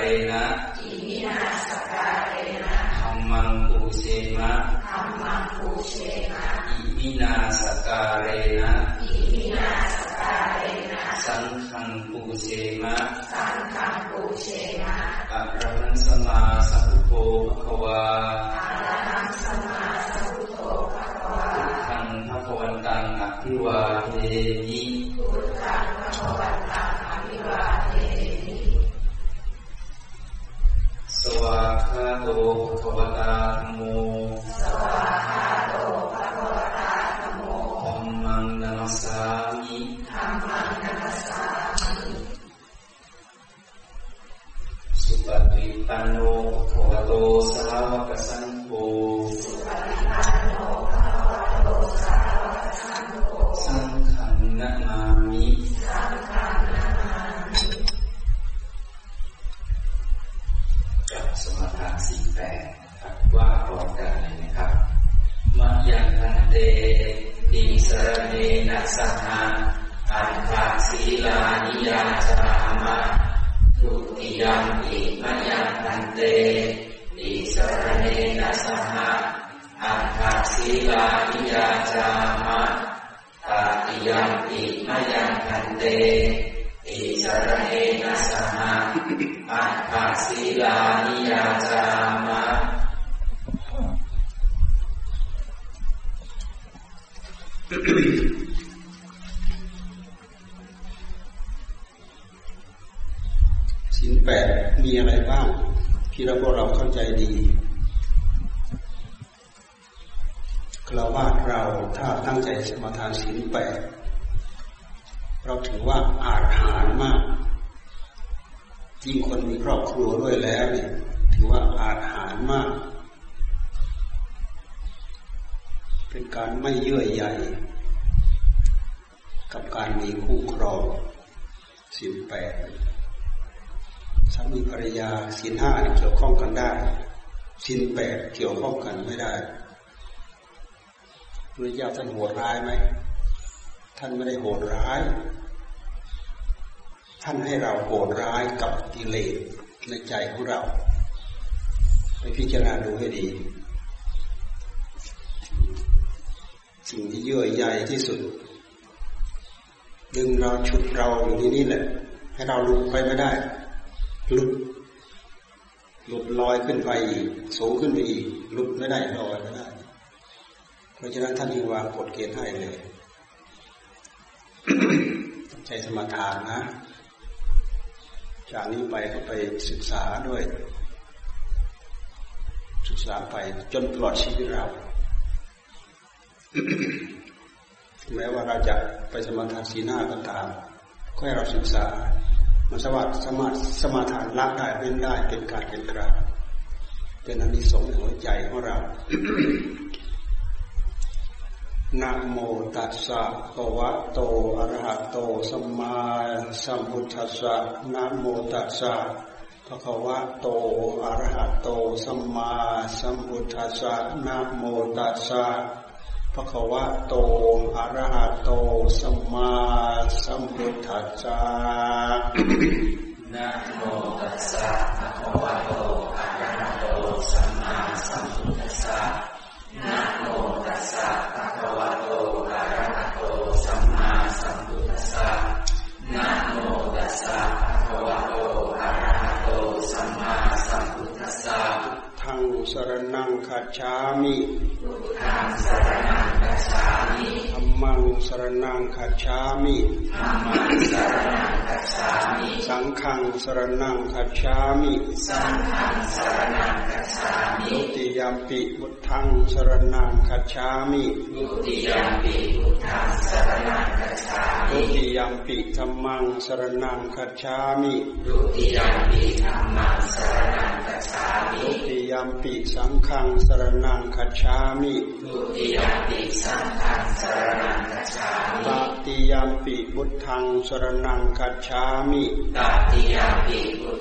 นะธัมมังปูเชมะอิมินาสการเรนะสังฆังปูเชมะอะระหังสัมมาสัมพุทโธภควาพุทธังภควันตังอภิวาเทมิสวากขาโตภควตาธัมโมธัมมังนัมสสามิสุปฏิปันโนภควโตสาวกสังโฆสังฆังนะมามิกับสมถะ48ครับว่าพร้อมกันเลยนะครับมะยังทันเตติสรเนนะสหะอันทะศีลานิยาจามะทุติยัมปิมะยังทันเตติสรเนนะสหะอันทะศีลานิยาจามะตติยัมปิมะยังทันเตติสรเนนะสหะอันทะศีลานิยาจามะศีล 8มีอะไรบ้างที่พวกเราเข้าใจดีกล่าวว่าเราถ้าตั้งใจสมาทานศีล 8เราถือว่าอาจหาญมากยิ่งคนมีครอบครัวด้วยแล้วเนี่ยถือว่าอาจหาญมากเป็นการไม่เยื่อใยกับการมีคู่ครองศีล 8สามีภรรยาศีล 5เกี่ยวข้องกันได้ศีล 8เกี่ยวข้องกันไม่ได้พระเจ้าท่านโหดร้ายไหมท่านไม่ได้โหดร้ายท่านให้เราโหดร้ายกับกิเลสในใจของเราไปพิจารณาดูให้ดีสิ่งที่เยื่อใยที่สุดดึงเราฉุดเราอยู่ที่นี่แหละให้เราหลุดไปไม่ได้หลุดลอยขึ้นไปอีกสูงขึ้นไปอีกหลุดไม่ได้ลอยไม่ได้เพราะฉะนั้นท่านจึงวางกฎเกณฑ์ให้เลย ใจสมาทานนะจากนี้ไปก็ไปศึกษาด้วยศึกษาไปจนตลอดชีวิตเรา แม้ว่าเราจะไปสมาทานศีล 5ก็ตามก็ให้เราศึกษามันสามารถสมาทานละได้เว้นได้เป็นการเป็นคราวเป็นอานิสงส์ในหัวใจของเรา นะโมตัสสะภะคะวะโตอะระหะโตสัมมาสัมพุทธัสสะนะโมตัสสะภะคะวะโตอะระหะโตสัมมาสัมพุทธัสสะนะโมตัสสะภะคะวะโตอะระหะโตสัมมาสัมพุทธัสสะนะโมตัสสะภะคะวะโตอะระหะโตสัมมาสัมพุทธัสสะนะโมตัสสะภะคะวะโตอะระหะโตสัมมาสัมพุทธัสสะนะโมตัสสะภะคะวะโตอะระหะโตสัมมาสัมพุทธัสสะธังสรณังคัจฉามิพุทธังสรณังคัจฉามิธัมมังสรณังคัจฉามิธัมมังสรณังคัจฉามิสังฆังสรณังคัจฉามิสังฆังสรณังคัจฉามิทุติยัมปิพุทธังสรณังคัจฉามิทุติยัมปิพุทธังสรณังคัจฉามิทุติยัมปิธัมมังสรณังคัจฉามิทุติยัมปิธัมมังสรณังคัจฉามิทุติยัมปิสังฆังสรณังคัจฉามิทุติยัมปิสังฆังสรณังคัจฉามิตติยัมปิพุทธังสรณังคัจฉามิตติยัมปิพุทธ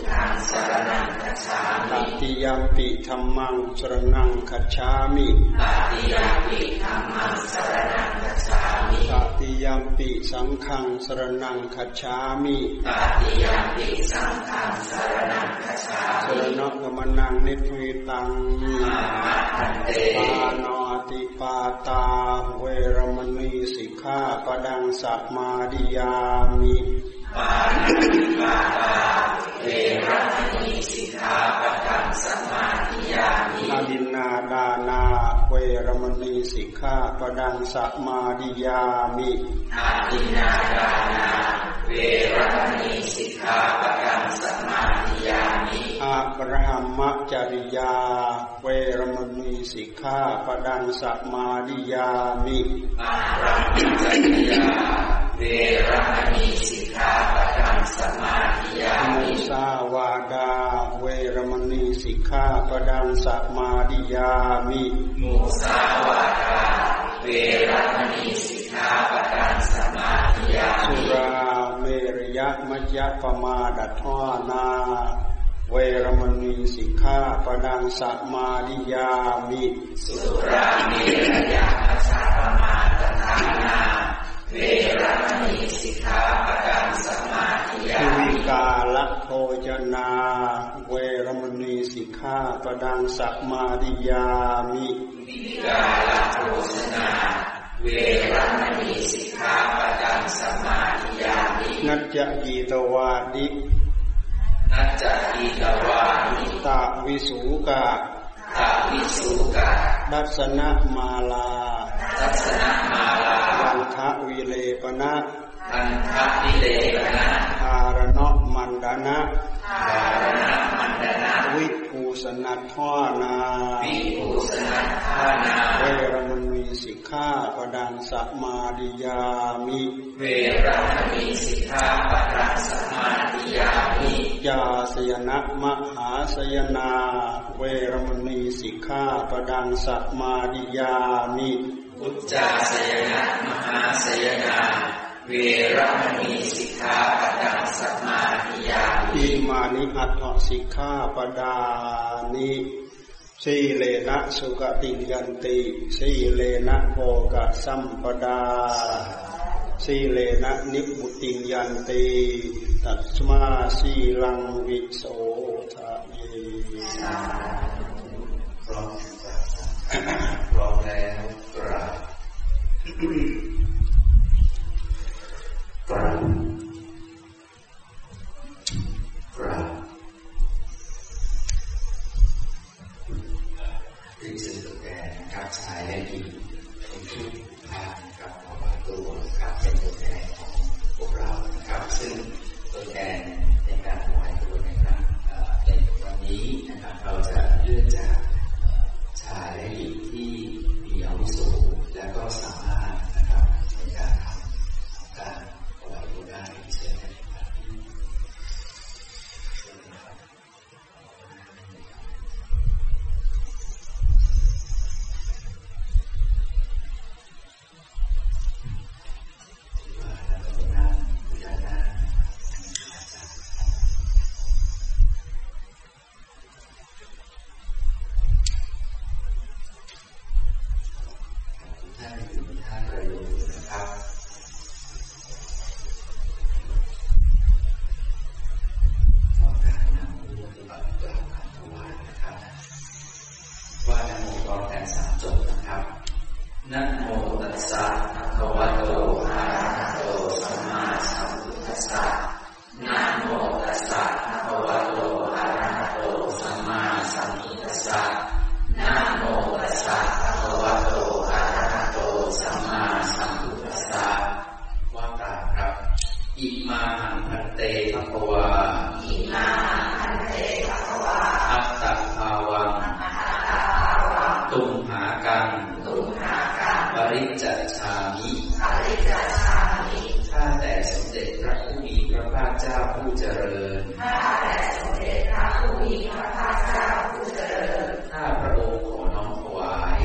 ฆังสรณังคัจฉามิตติยัมปิธัมมังสรณังคัจฉามิตติยัมปิธัมมังสรณังคัจฉามิตติยัมปิสังฆังสรณังคัจฉามิตติยัมปิสังฆังสรณังคัจฉามิสรณะกัมมังนิทุยตังพันเตปานาติปาตาเวรมณีสิกขาปดังสัมมาดิยามิปานาติปาตาเวรมณีสิกขาปดังสัมมาดิยามิอาดินนาดานาเวรมณีสิกขาปดังสัมมาดิยามิอาดินนาดานาเวรมณีสิกขาปดังสัมมาดิยามิอะระหัมมจริยาเวรมณีสิกขาปดังสัมมาดิยามิอะระหัมมจริยาเวรมณีสิกขาปดังสัมมาดิยามิมุสาวาดาเวรมณีสิกขาปดังสัมมาดิยามิมุสาวาดาเวรมณีสิกขาปดังสัมมาดิยามิสุราเมรยมัจยปมาดัฏฐานาเวรมณีสิกขาปดังสัมมาดิยามิสุราเมรยมัจยปมาดัฏฐานาเวรมณีสิกขาปดังสัมมาดิยามิกาลโภชนาเวรมณีสิกขาปดังสัมมาดิยามิวิกาลโภชนาเวรมณีสิกขาปดังสัมมาดิยามินัจจะยีตวาดินัจจะยีตวาดิตาวิสุกะตาวิสุกะดัสสนะมาลาดัสสนะมาลาวันทะวิเลปนะอันทะวิเลปนะธารณะมันดนะธารณะมันดนะวิภูสนัทธานาวิภูสนัทธานาเวรมณีสิกขาปดังสัมมาดิยามิเวรมณีสิกขาปดังสัมมาดิยามิยาสยนะมหาสยนาเวรมณีสิกขาปดังสัมมาดิยามิอุจจาสยนะมหาสยนาเวรมณีสิกขาปดังสัมมาดิยามิอิมานิอัตถสิกขาปดานิสีเลนะสุขติยันติสีเลนะโภกสัมปดาสีเลนะนิพพุติยันติตัสมาสีลังวิโสทะเยพร้อมแล้วกราบกราบที่สื่อตัวแทนครับชายและหญิงเป็นผู้พานะครับออกมาตัวครับเป็นตัวแทนของพวกเรานะครับซึ่งตัวแทนในการถวายตัวนะครับในวันนี้นะครับเราจะเลือกจากชายและหญิงที่มีอาวุโสและก็สามารถนะครับในการทำการถวายตัวได้เช่นกันนะโมตัสสะภะคะวะโตอะระหะโตสัมมาสัมพุทธัสสะนะโมตัสสะภะคะวะโตอะระหะโตสัมมาสัมพุทธัสสะนะโมตัสสะภะคะวะโตอะระหะโตสัมมาสัมพุทธัสสะว่ากล่าวครับอิมาหังพันเตภะคะวาอิมาหังพันเตภะคะวาอัตตะภาวังตุมหากังปริจจฉามิข้าแต่สมเด็จพระผู้มีพระภาคเจ้าผู้เจริญข้าพระองค์ขอน้อมถวาย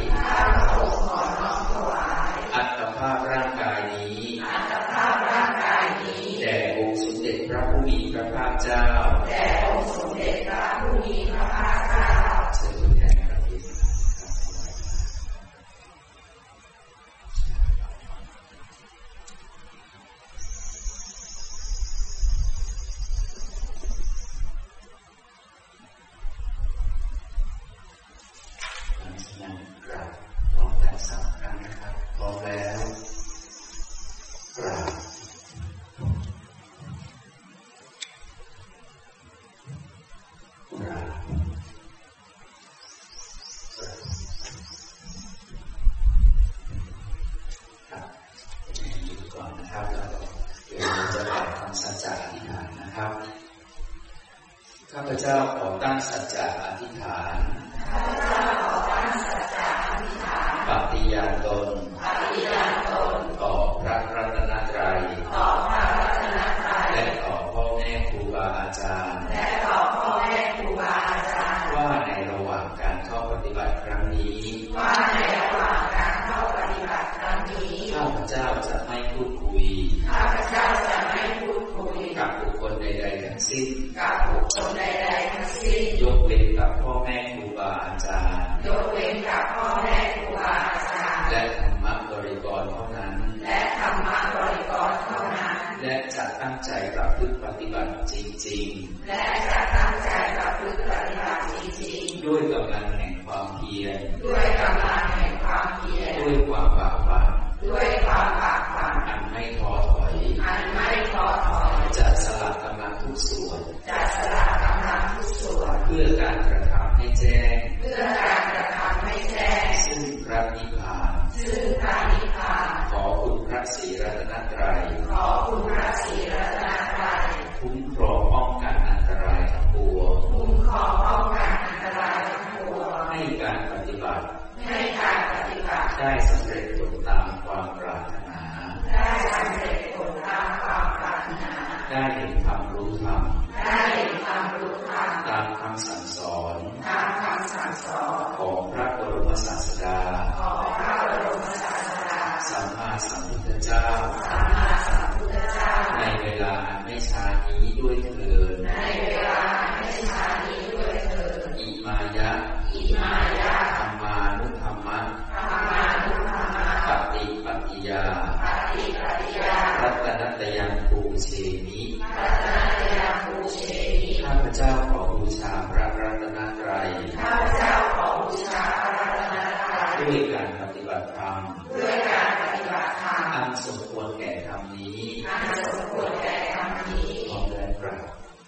อัตภาพร่างกายนี้แด่องค์สมเด็จพระผู้มีพระภาคเจ้าข้าพเจ้าขอตั้งสัจจะอธิษฐานปฏิญาณตนต่อพระรัตนตรัยและต่อพ่อแม่ครูบาอาจารย์ว่าในระหว่างการเข้าปฏิบัติครั้งนี้ข้าพเจ้าจะไม่พูดคุยกับบุคคลใดๆทั้งสิ้นยกเว้นกับพ่อแม่ครูบาอาจารย์และธรรมบริกรเท่านั้นและจะตั้งใจประพฤติปฏิบัติจริงๆด้วยกำลังแห่งความเพียรด้วยความบากบั่นอันไม่ท้อถอยจะสละกำลังทุกส่วนเพื่อการกระทำให้แจ้งซึ่งพระนิพพานขอคุณพระศรีรัตนตรัยคุ้มครองป้องกันอันตรายทั้งปวงให้การปฏิบัติได้สำเร็จผลตามความปรารถนาได้เห็นธรรมรู้ธรรมตามคำสั่งสอนของพระบรมศาสดาสัมมาสัมพุทธเจ้าในเวลาอันไม่ช้านี้ด้วยเถิดอิมายะธรรมานุธรรมะปฏิปฏิยารัตนัตยังปูเชมิข้าพเจ้าขอบูชาพระรัตนตรัยด้วยการปฏิบัติธรรมอันสมควรแก่ธรรมนี้ขอแรงกราบ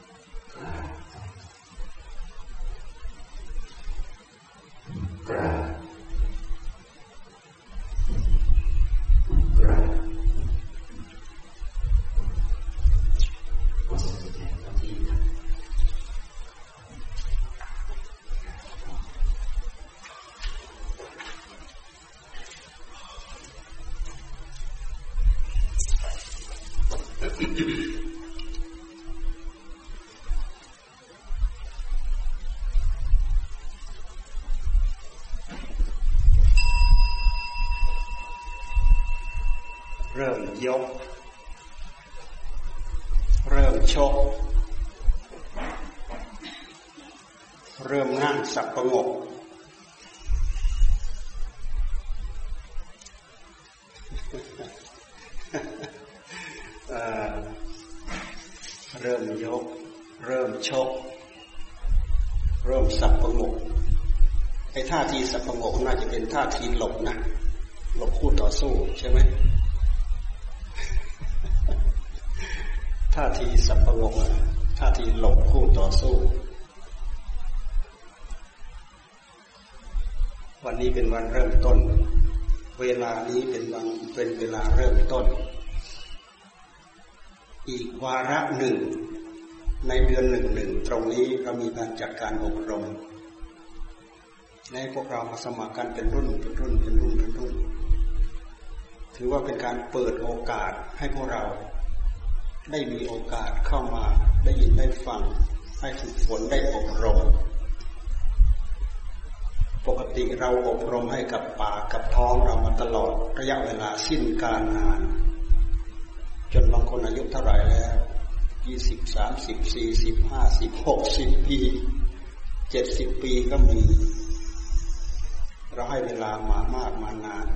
เริ่มยกเริ่มชกเริ่มนั่งสับประงกเริ่มยกเริ่มชกเริ่มสับประงกไอ้ท่าทีสับประงกน่าจะเป็นท่าทีหลบนะหลบคู่ต่อสู้ใช่ไหมท่าทีสับประงกท่าทีหลบคู่ต่อสู้วันนี้เป็นวันเริ่มต้นเวลานี้เป็นเวลาเริ่มต้นอีกวาระหนึ่งในเดือนหนึ่งตรงนี้เรามีการจัดการอบรมในพวกเรามาสมัครกันเป็นรุ่นถือว่าเป็นการเปิดโอกาสให้พวกเราได้มีโอกาสเข้ามาได้ยินได้ฟังได้ฝึกฝนได้อบรมปกติเราอบรมให้กับปากกับท้องเรามาตลอดระยะเวลาสิ้นการงานจนบางคนอายุเท่าไหร่แล้ว20 30 40 50 60 ปี70 ปีก็มีเราให้เวลามามากมานาน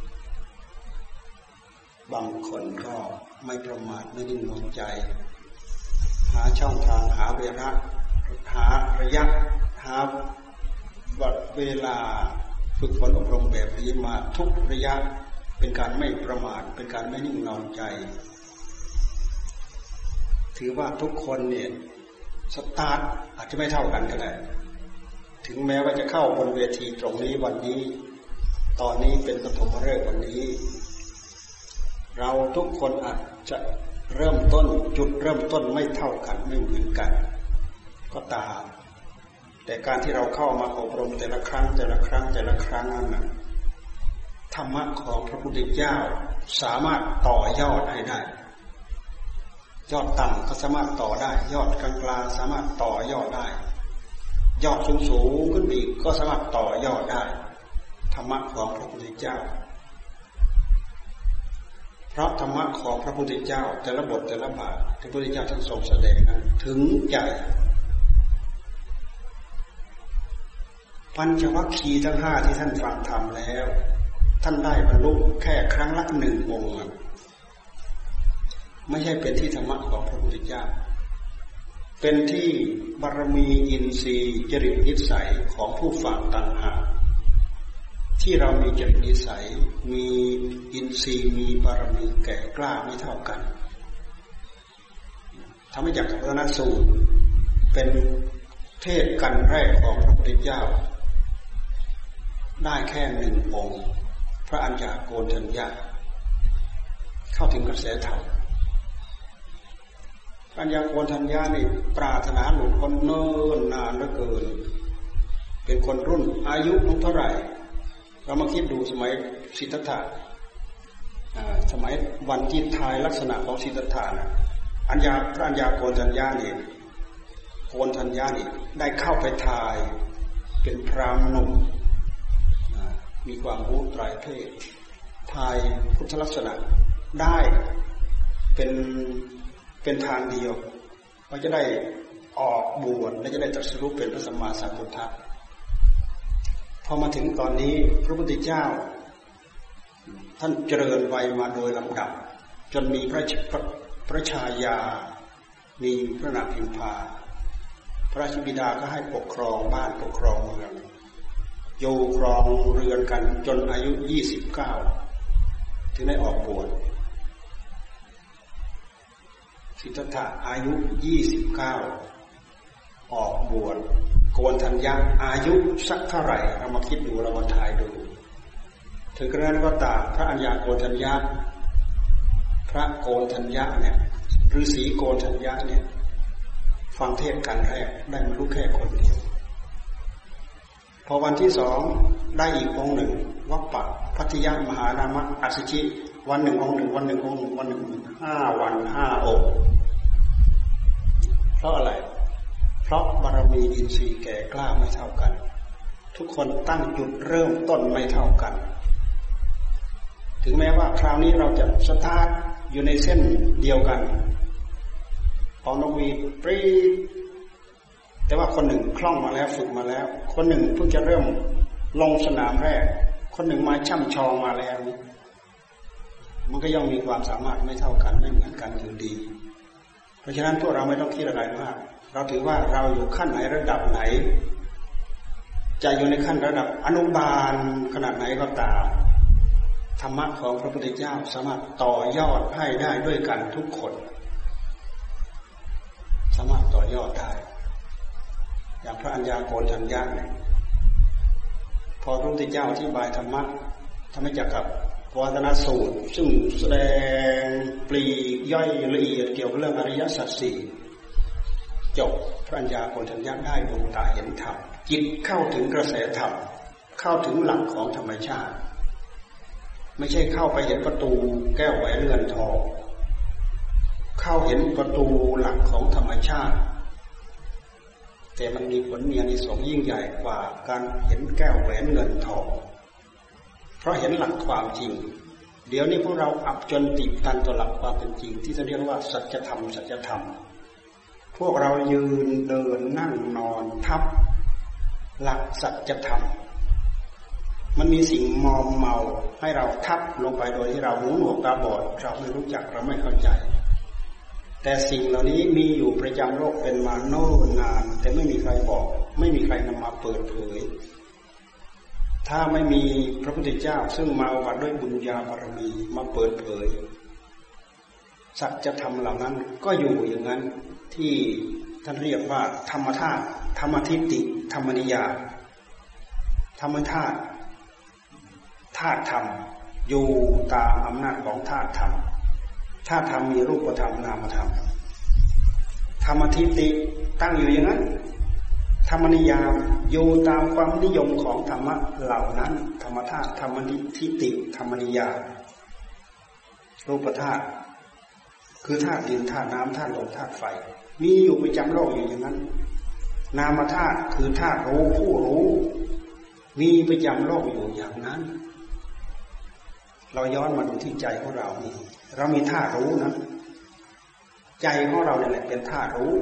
บางคนก็ไม่ประมาทไม่นิ่งนอนใจหาช่องทางหาเวลาหาระยะหาเวลาฝึกฝนอบรมแบบนี้มาทุกระยะเป็นการไม่ประมาทเป็นการไม่นิ่งนอนใจถือว่าทุกคนเนี่ยสตาร์ทอาจจะไม่เท่ากันก็ได้ถึงแม้ว่าจะเข้าบนเวทีตรงนี้วันนี้ตอนนี้เป็นปฐมฤกษ์วันนี้เราทุกคนอาจจะเริ่มต้นจุดเริ่มต้นไม่เท่ากันไม่เหมือนกันก็ก็ตามแต่การที่เราเข้ามาอบรมแต่ละครั้งนั้นนะธรรมะของพระพุทธเจ้าสามารถต่อยอดให้ได้ยอดต่ำก็สามารถต่อได้ยอดกลางๆสามารถต่อยอดได้ยอดสูงขึ้นอีกก็สามารถต่อยอดได้ธรรมะของพระพุทธเจ้าเพราะธรรมะของพระพุทธเจ้าแต่ละบทแต่ละบาทที่พระพุทธเจ้าท่านทรงแสดงนั้นถึงใจปัญจวัคคีย์ทั้ง5ที่ท่านฟังธรรมแล้วท่านได้บรรลุแค่ครั้งละ1 องค์ไม่ใช่เป็นที่ธรรมะของพระพุทธเจ้าเป็นที่บารมีอินทรีย์จริตนิสัยของผู้ฟังต่างหากที่เรามีจริตนิสัยมีอินทรีย์มีบารมีแก่กล้าไม่เท่ากันธรรมจักรพรรณสูตรเป็นเทศกันแรกของพระพุทธเจ้าได้แค่1 องค์พระอัญญาโกณฑัญญะเข้าถึงกระแสธรรมพระอัญญาโกณฑัญญะนี่ปรารถนาหลุดพ้นเนิ่นนานเหลือเกินเป็นคนรุ่นอายุเท่าไหร่เรามาคิดดูสมัยสิทธัตถะสมัยวันที่ทายลักษณะของสิทธัตถะนะพระอัญญาโกณฑัญญะนี่โกณฑัญญะนี่ได้เข้าไปทายเป็นพราหมณ์หนุ่มมีความรู้ไตรเพศทายพุทธลักษณะได้เป็นทางเดียวว่าจะได้ออกบวชและจะได้ตรัสรู้เป็นพระสัมมาสัมพุทธะพอมาถึงตอนนี้พระพุทธเจ้าท่านเจริญวัยมาโดยลำดับจนมีพระชายามีพระนามพิมพาพระราชบิดาก็ให้ปกครองบ้านปกครองเมืองอยู่ครองเรือนกันจนอายุ29ถึงได้ออกบวชสิทธัตถะอายุ29ออกบวชโกณฑัญญะอายุสักเท่าไหร่เรามาคิดดูเรามาทายดูถึงกระนั้นก็ตามพระอัญญาโกณฑัญญะพระโกณฑัญญะเนี่ยฤาษีโกณฑัญญะเนี่ยฟังเทศกันแรกได้บรรลุแค่คนเดียวพอวันที่2ได้อีกองค์หนึ่งวัปปะพัทยมหานามะอัศจิวันหนึ่งองค์หนึ่งวันหนึ่งองค์หนึ่งวันหนึ่ง5 วัน 5 องค์เพราะอะไรเพราะบารมีอินทรีย์แก่กล้าไม่เท่ากันทุกคนตั้งจุดเริ่มต้นไม่เท่ากันถึงแม้ว่าคราวนี้เราจะสตาร์ทอยู่ในเส้นเดียวกันเอานกหวีดปรี๊ดแต่ว่าคนหนึ่งคล่องมาแล้วฝึกมาแล้วคนหนึ่งเพิ่งจะเริ่มลงสนามแรกคนหนึ่งมาช่ำชองมาแล้วมันก็ย่อมมีความสามารถไม่เท่ากันไม่เหมือนกันอยู่ดีเพราะฉะนั้นพวกเราไม่ต้องคิดอะไรมากเราถือว่าเราอยู่ขั้นไหนระดับไหนจะอยู่ในขั้นระดับอนุบาลขนาดไหนก็ตามธรรมะของพระพุทธเจ้าสามารถต่อยอดให้ได้ด้วยกันทุกคนสามารถต่อยอดได้อย่างพระอัญญาโกณฑัญญะเนี่ยพอพระพุทธเจ้าอธิบายธรรมะธรรมจักรปวัตตนสูตรซึ่งแสดงปลีกย่อยละเอียดเกี่ยวกับเรื่องอริยสัจสี่จบพระอัญญาโกณฑัญญะได้ดวงตาเห็นธรรมจิตเข้าถึงกระแสธรรมเข้าถึงหลักของธรรมชาติไม่ใช่เข้าไปเห็นประตูแก้วแหวนเงินทองเข้าเห็นประตูหลักของธรรมชาติแต่มันมีผลมีอานิสงส์ยิ่งใหญ่กว่าการเห็นแก้วแหวนเงินทองเพราะเห็นหลักความจริงเดี๋ยวนี้พวกเราอับจนติดตันต่อหลักความเป็นจริงที่จะเรียกว่าสัจธรรมสัจธรรมพวกเรายืนเดินนั่งนอนทับหลักสัจธรรมมันมีสิ่งมอมเมาให้เราทับลงไปโดยที่เราหูหนวกตาบอดเราไม่รู้จักเราไม่เข้าใจแต่สิ่งเหล่านี้มีอยู่ประจำโลกเป็นมาโน่นนานแต่ไม่มีใครบอกไม่มีใครนำมาเปิดเผยถ้าไม่มีพระพุทธเจ้าซึ่งมาอุบัติด้วยบุญญาบารมีมาเปิดเผยสัจธรรมเหล่านั้นก็อยู่อย่างนั้นที่ท่านเรียกว่าธรรมธาตุธรรมทิฏฐิธรรมนิยามธรรมธาตุธาตุธรรมอยู่ตามอำนาจของธาตุธรรมธาตุธรรมมีรูปธรรมนามธรรมธรรมทิฏฐิตั้งอยู่อย่างนั้นธรรมนิยามอยู่ตามความนิยมของธรรมะเหล่านั้นธรรมธาตุธรรมทิฏฐิธรรมนิยามรูปธาตุคือธาตุดินธาตุน้ำธาตุลมธาตุไฟมีอยู่ประจำโลกอยู่อย่างนั้นนามธาตุคือธาตุรู้ผู้รู้มีประจำโลกอยู่อย่างนั้นเราย้อนมาดูที่ใจของเรานี่เรามีธาตุรู้นะใจของเราเนี่ยแหละเป็นธาตุรู้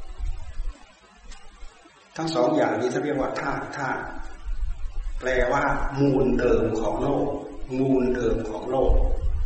ทั้งสองอย่างนี้เขาเรียกว่าธาตุแปลว่ามูลเดิมของโลกมูลเดิมของโลก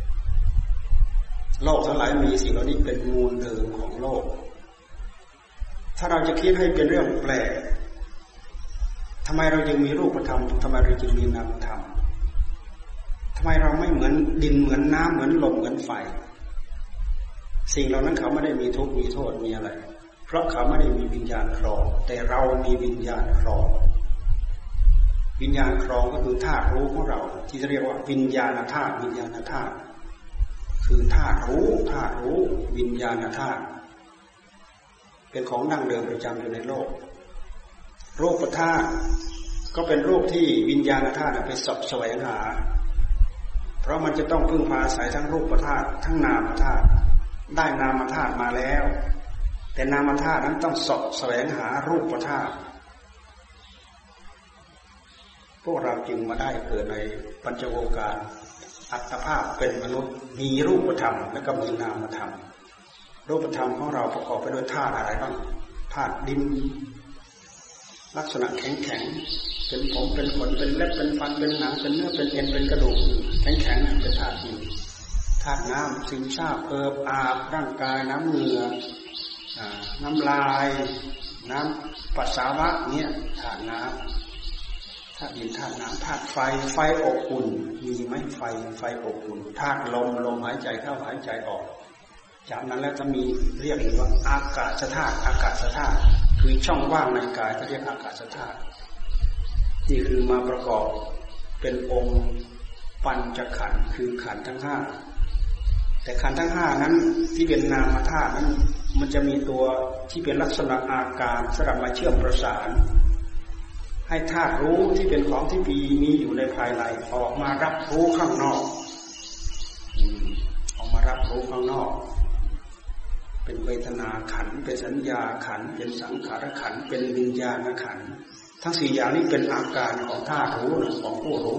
โลกทั้งหลายมีสิ่งเหล่านี้เป็นมูลเดิมของโลกถ้าเราจะคิดให้เป็นเรื่องแปลกทำไมเราจึงมีรูปธรรมทำไมเราจึงมีนามธรรมทำไมเราไม่เหมือนดินเหมือนน้ำเหมือนลมเหมือนไฟสิ่งเหล่านั้นเขาไม่ได้มีทุกข์มีโทษมีอะไรเพราะเขาไม่ได้มีวิญญาณครองแต่เรามีวิญญาณครองวิญญาณครองก็คือธาตุรู้ของเราที่เรียกว่าวิญญาณธาตุวิญญาณธาตุคือธาตุรู้วิญญาณธาตุเป็นของดั้งเดิมประจำอยู่ในโลกรูปธาตุก็เป็นรูปที่วิญญาณธาตุไปสอบแสวงหาเพราะมันจะต้องพึ่งพาอาศัยทั้งรูปธาตุทั้งนามธาตุได้นามธาตุมาแล้วแต่นามธาตุนั้นต้องสอบแสวงหารูปธาตุพวกเราจึงมาได้เกิดในปัญจโวการอัตภาพเป็นมนุษย์มีรูปธรรมและก็มีนามธรรมรูปธรรมของเราประกอบไปด้วยธาตุอะไรบ้างธาตุดินลักษณะแข็งเป็นผมเป็นขนเป็นเล็บเป็นฟันเป็นหนังเป็นเนื้อเป็นเอ็นเป็นกระดูกแข็งเป็นธาตุดินธาตุน้ำซึมซาบเอิบอาบร่างกายน้ำเหงื่อน้ำลายน้ำปัสสาวะเนี่ยธาตุน้ำธาตุดินธาตุน้ำธาตุไฟอบอุ่นมีไหมไฟอบอุ่นธาตุลมหายใจเข้าหายใจออกจากนั้นแล้วจะมีเรียกว่าอากาศธาตุคือช่องว่างในกายเขาเรียกอากาศธาตุนี่คือมาประกอบเป็นองค์ปัญจขันธ์คือขันธ์ทั้งห้าแต่ขันธ์ทั้งห้านั้นที่เป็นนามธาตุนั้นมันจะมีตัวที่เป็นลักษณะอาการสำหรับมาเชื่อมประสานให้ธาตุรู้ที่เป็นของที่มีอยู่ในภายในออกมารับรู้ข้างนอกออกมารับรู้ข้างนอกเป็นเวทนาขันธ์เป็นสัญญาขันธ์เป็นสังขารขันธ์เป็นวิญญาณขันธ์ทั้งสี่อย่างนี้เป็นอาการของธาตุรู้ของผู้รู้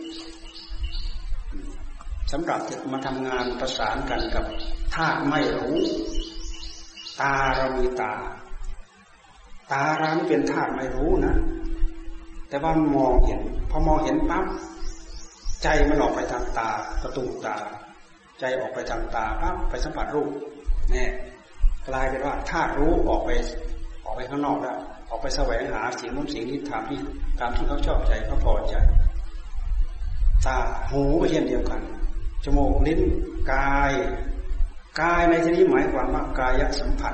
สำหรับมาทำงานประสานกันกับธาตุไม่รู้ตาเรามีตาเรานี่เป็นธาตุไม่รู้นะแต่ว่ามองเห็นพอมองเห็นปั๊บใจมันออกไปทางตาประตูตาใจออกไปทางตาปั๊บไปสัมผัสรูปเนี่ยกลายเป็นว่าธาตุรู้ออกไปข้างนอกแล้วออกไปแสวงหาสิ่งนู้นสิ่งนี้ตามที่เขาชอบใจเขาพอใจตาหูก็เช่นเดียวกันจมูกลิ้นกายในที่นี้หมายความว่ากายสัมผัส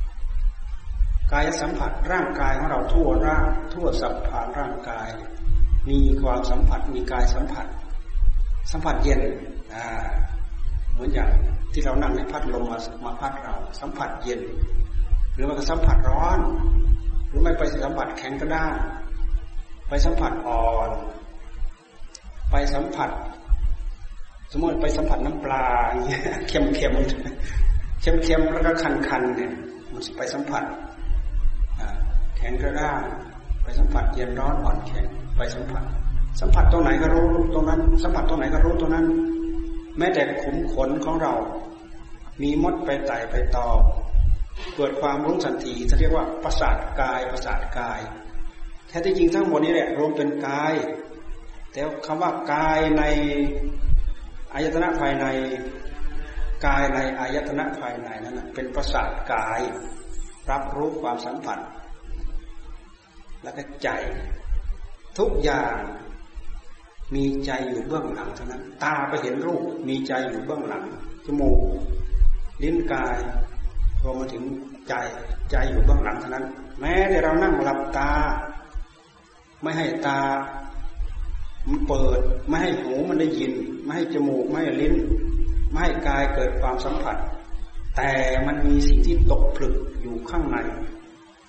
ร่างกายของเราทั่วร่างทั่วสัพพะร่างกายมีความสัมผัสมีกายสัมผัสเย็นเหมือนอย่างที่เรานั่งในพัดลมมาพัดเราสัมผัสเย็นหรือว่าสัมผัสร้อนหรือไม่ไปสัมผัสแข็งก็ได้ไปสัมผัสอ่อนไปสัมผัสสมมติไปสัมผัสน้ำปลาอย่างเงี้ยเค็มแล้วก็คันเนี่ยมันไปสัมผัสแข็งก็ได้ไปสัมผัสเย็นร้อนอ่อนแข็งไปสัมผัสตรงไหนก็รู้ตรงนั้นสัมผัสตรงไหนก็รู้ตรงนั้นแม้แต่ขุมขนของเรามีมดไปไต่ไปตอมเกิดความรู้ทันทีเขาเรียกว่าประสาทกายแท้ที่จริงทั้งหมดนี้แหละรวมเป็นกายแต่คำว่ากายในอายตนะภายในกายในอายตนะภายในนั้นเป็นประสาทกายรับรู้ความสัมผัสแล้วก็ใจทุกอย่างมีใจอยู่เบื้องหลังเท่านั้นตาไปเห็นรูปมีใจอยู่เบื้องหลังจมูกลิ้นกายรวมมาถึงใจอยู่เบื้องหลังเท่านั้นแม้แต่เรานั่งหลับตาไม่ให้ตามันเปิดไม่ให้หูมันได้ยินไม่ให้จมูกไม่ให้ลิ้นไม่ให้กายเกิดความสัมผัสแต่มันมีสิ่งที่ตกผลึกอยู่ข้างใน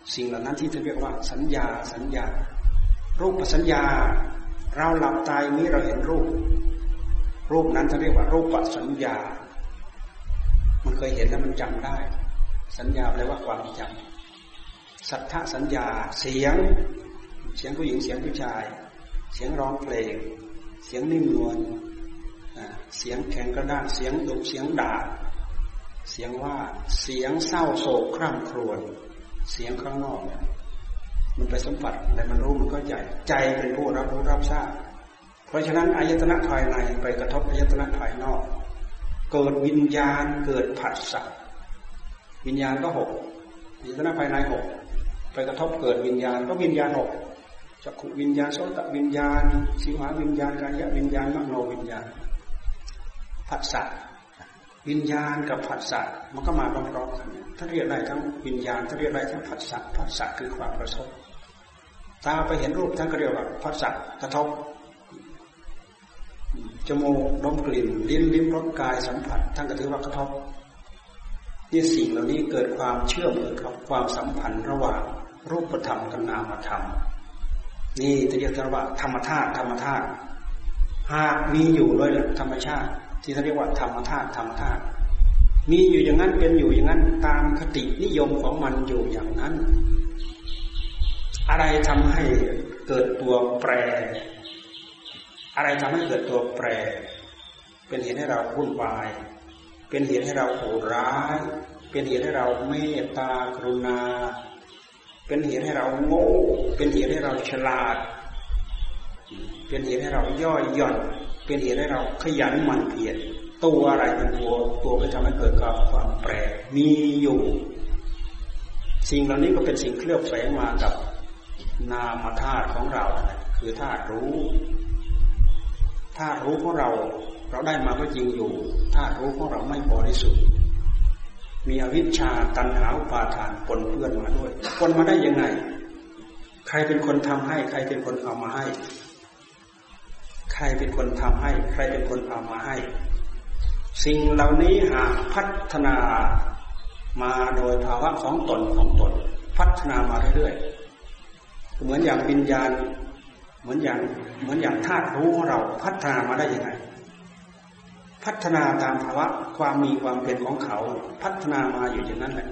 สิ่งเหล่านั้นที่ท่านเรียกว่าสัญญารูปสัญญาเราหลับตายนี้เราเห็นรูปนั้นท่านเรียกว่ารูปสัญญามันเคยเห็นแล้วมันจำได้สัญญาแปลว่าความจำสัทธสัญญาเสียงผู้หญิงเสียงผู้ชายเสียงร้องเพลงเสียงนิ่มนวลเสียงแข็งกระด้างเสียงดุเสียงด่าเสียงว่าเสียงเศร้าโศกคร่ำครวญเสียงข้างนอกเนี่ยมันไปสัมผัสอะไรมันรู้มันก็ใจเป็นผู้รับรู้รับทราบเพราะฉะนั้นอายตนะภายในไปกระทบอายตนะภายนอกเกิดวิญญาณเกิดผัสสะวิญญาณก็6อายตนะภายใน6ไปกระทบเกิดวิญญาณก็วิญญาณ6จักขุวิญญาณโสตวิญญาณชิวหาวิญญาณกายวิญญาณมโนวิญญาณผัสสะวิญญาณกับผัสสะมันก็มาพร้อมๆกันถ้าเรียกได้ทั้งวิญญาณถ้าเรียกได้ทั้งผัสสะคือความกระทบตาไปเห็นรูปท่านก็เรียกว่าผัสสะกระทบจมูกดมกลิ่นลิ้มรสกายสัมผัสท่านก็ถือว่ากระทบนี่สิ่งเหล่านี้เกิดความเชื่อมกับความสัมพันธ์ระหว่างรูปธรรมกับนามธรรมนี่ที่เรียกว่าธรรมธาตุหากมีอยู่โดยธรรมชาติที่เขาเรียกว่าธรรมธาตุมีอยู่อย่างนั้นเป็นอยู่อย่างนั้นตามคตินิยมของมันอยู่อย่างนั้นอะไรทำให้เกิดตัวแปรอะไรทำให้เกิดตัวแปรเป็นเหตุให้เราวุ่นวายเป็นเหตุให้เราโหดร้ายเป็นเหตุให้เราเมตตากรุณาเป็นเหตุให้เราโง่เป็นเหตุให้เราฉลาดเป็นเหตุให้เราย่อหย่อนเป็นเหตุให้เราขยันหมั่นเพียรตัวอะไรเป็นตัวไปทำให้เกิดความแปรมีอยู่สิ่งเหล่านี้ก็เป็นสิ่งเคลือบแฝงมากับนามธาตุของเราคือธาตุรู้ของเราได้มาก็จริงอยู่ธาตุรู้ของเราไม่บริสุทธิ์มีอวิชชาตัณหาอุปาทานปนเปื้อนมาด้วยปนมาได้ยังไงใครเป็นคนทำให้ใครเป็นคนเอามาให้ใครเป็นคนทำให้ใครเป็นคนเอามาให้สิ่งเหล่านี้หากพัฒนามาโดยภาวะของตนพัฒนามาเรื่อยๆเหมือนอย่างวิญญาณเหมือนอย่างธาตุรู้ของเราพัฒนามาได้ยังไงพัฒนาตามภาวะความมีความเป็นของเขาพัฒนามาอยู่อย่างนั้นแหละ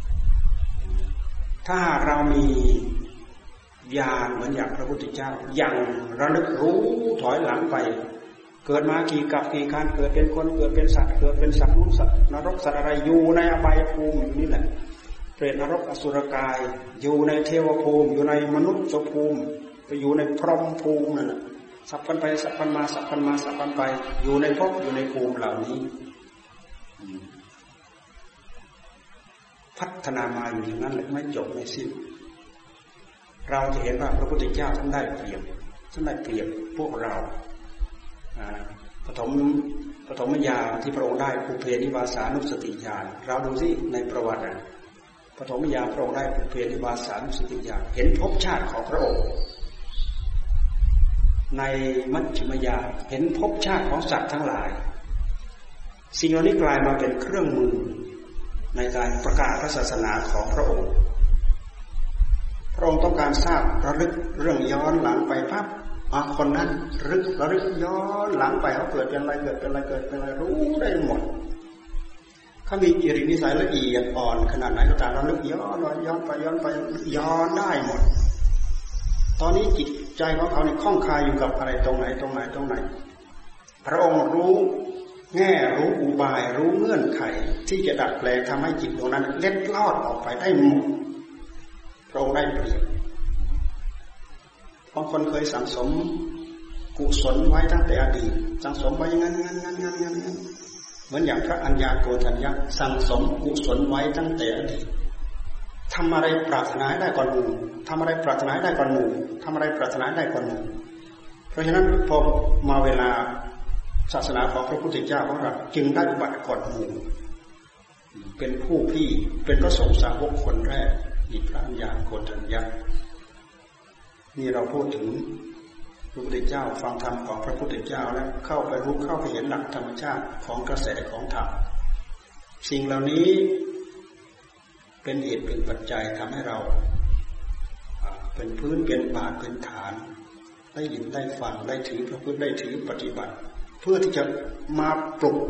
ถ้าเรามีญาณเหมือนอย่างพระพุทธเจ้ายังระลึกรู้ถอยหลังไปเกิดมากี่กับกี่การเกิดเป็นคนเกิดเป็นสัตว์เกิดเป็นสัตว์สัตว์นรกสัตว์อะไรอยู่ในอบายภูมิอยู่นี่แหละเปรตนรกอสุรกายอยู่ในเทวภูมิอยู่ในมนุษย์ภูมิไปอยู่ในพรหมภูมินั่นแหละสับกันไปสับกันมาสับกันมาสับกันไปอยู่ในภพอยู่ในภูมิเหล่านี้พัฒนามาอยู่อย่างนั้นแหละไม่จบไม่สิ้นเราจะเห็นว่าพระพุทธเจ้าท่านได้เปรียบพวกเราปฐมญาณที่พระองค์ได้ปุเพนิวาสานุสติญาณเราดูสิในประวัติปฐมญาณพระองค์ได้ปุเพนิวาสานุสติญาณเห็นภพชาติของพระองค์ในมัชฌิมญาณเห็นภพชาติของสัตว์ทั้งหลายสิ่งเหล่านี้กลายมาเป็นเครื่องมือในการประกาศพระศาสนาของพระองค์พระองค์ต้องการทราบระลึกเรื่องย้อนหลังไปปั๊บคนนั้นระลึกย้อนหลังไปเขาเกิดเป็นอะไรรู้ได้หมดเขามีจริตนิสัยละเอียดอ่อนขนาดไหนก็ตามระลึกย้อนไปย้อนได้หมดตอนนี้จิตใจของเขาเนี่ยคล่องคายอยู่กับอะไรตรงไหนพระองค์รู้แง่รู้อุบายรู้เงื่อนไขที่จะดัดแปลงทำให้จิตดวงนั้นเล็ดลอดออกไปได้หมดพระองค์ได้เปรียบบางคนเคยสั่งสมกุศลไว้ตั้งแต่อดีตสั่งสมไว้งั้นเหมือนอย่างพระอัญญาโกณทัญญะสั่งสมกุศลไว้ตั้งแต่อดีตทำอะไรปรารถนาได้ก่อนหมู่ทำอะไรปรารถนาได้ก่อนหมู่ทำอะไรปรารถนาได้ก่อนหมู่เพราะฉะนั้นพอมาเวลาศาสนาของพระพุทธเจ้าของเราจึงได้อุบัติก่อนหมู่เป็นผู้พี่เป็นพระสงฆ์สาวกคนแรกมีพระอัญญาโกณทัญญะนี่เราพูดถึงพระพุทธเจ้าฟังธรรมของพระพุทธเจ้าแล้วเข้าไปรู้เข้าไปเห็นหลักธรรมชาติของกระแสของธรรมสิ่งเหล่านี้เป็นเหตุเป็นปัจจัยทำให้เราเป็นพื้นเป็นบาทเป็นฐานได้ยินได้ฟังได้ถือประพฤติได้ถือปฏิบัติเพื่อที่จะมาปลุก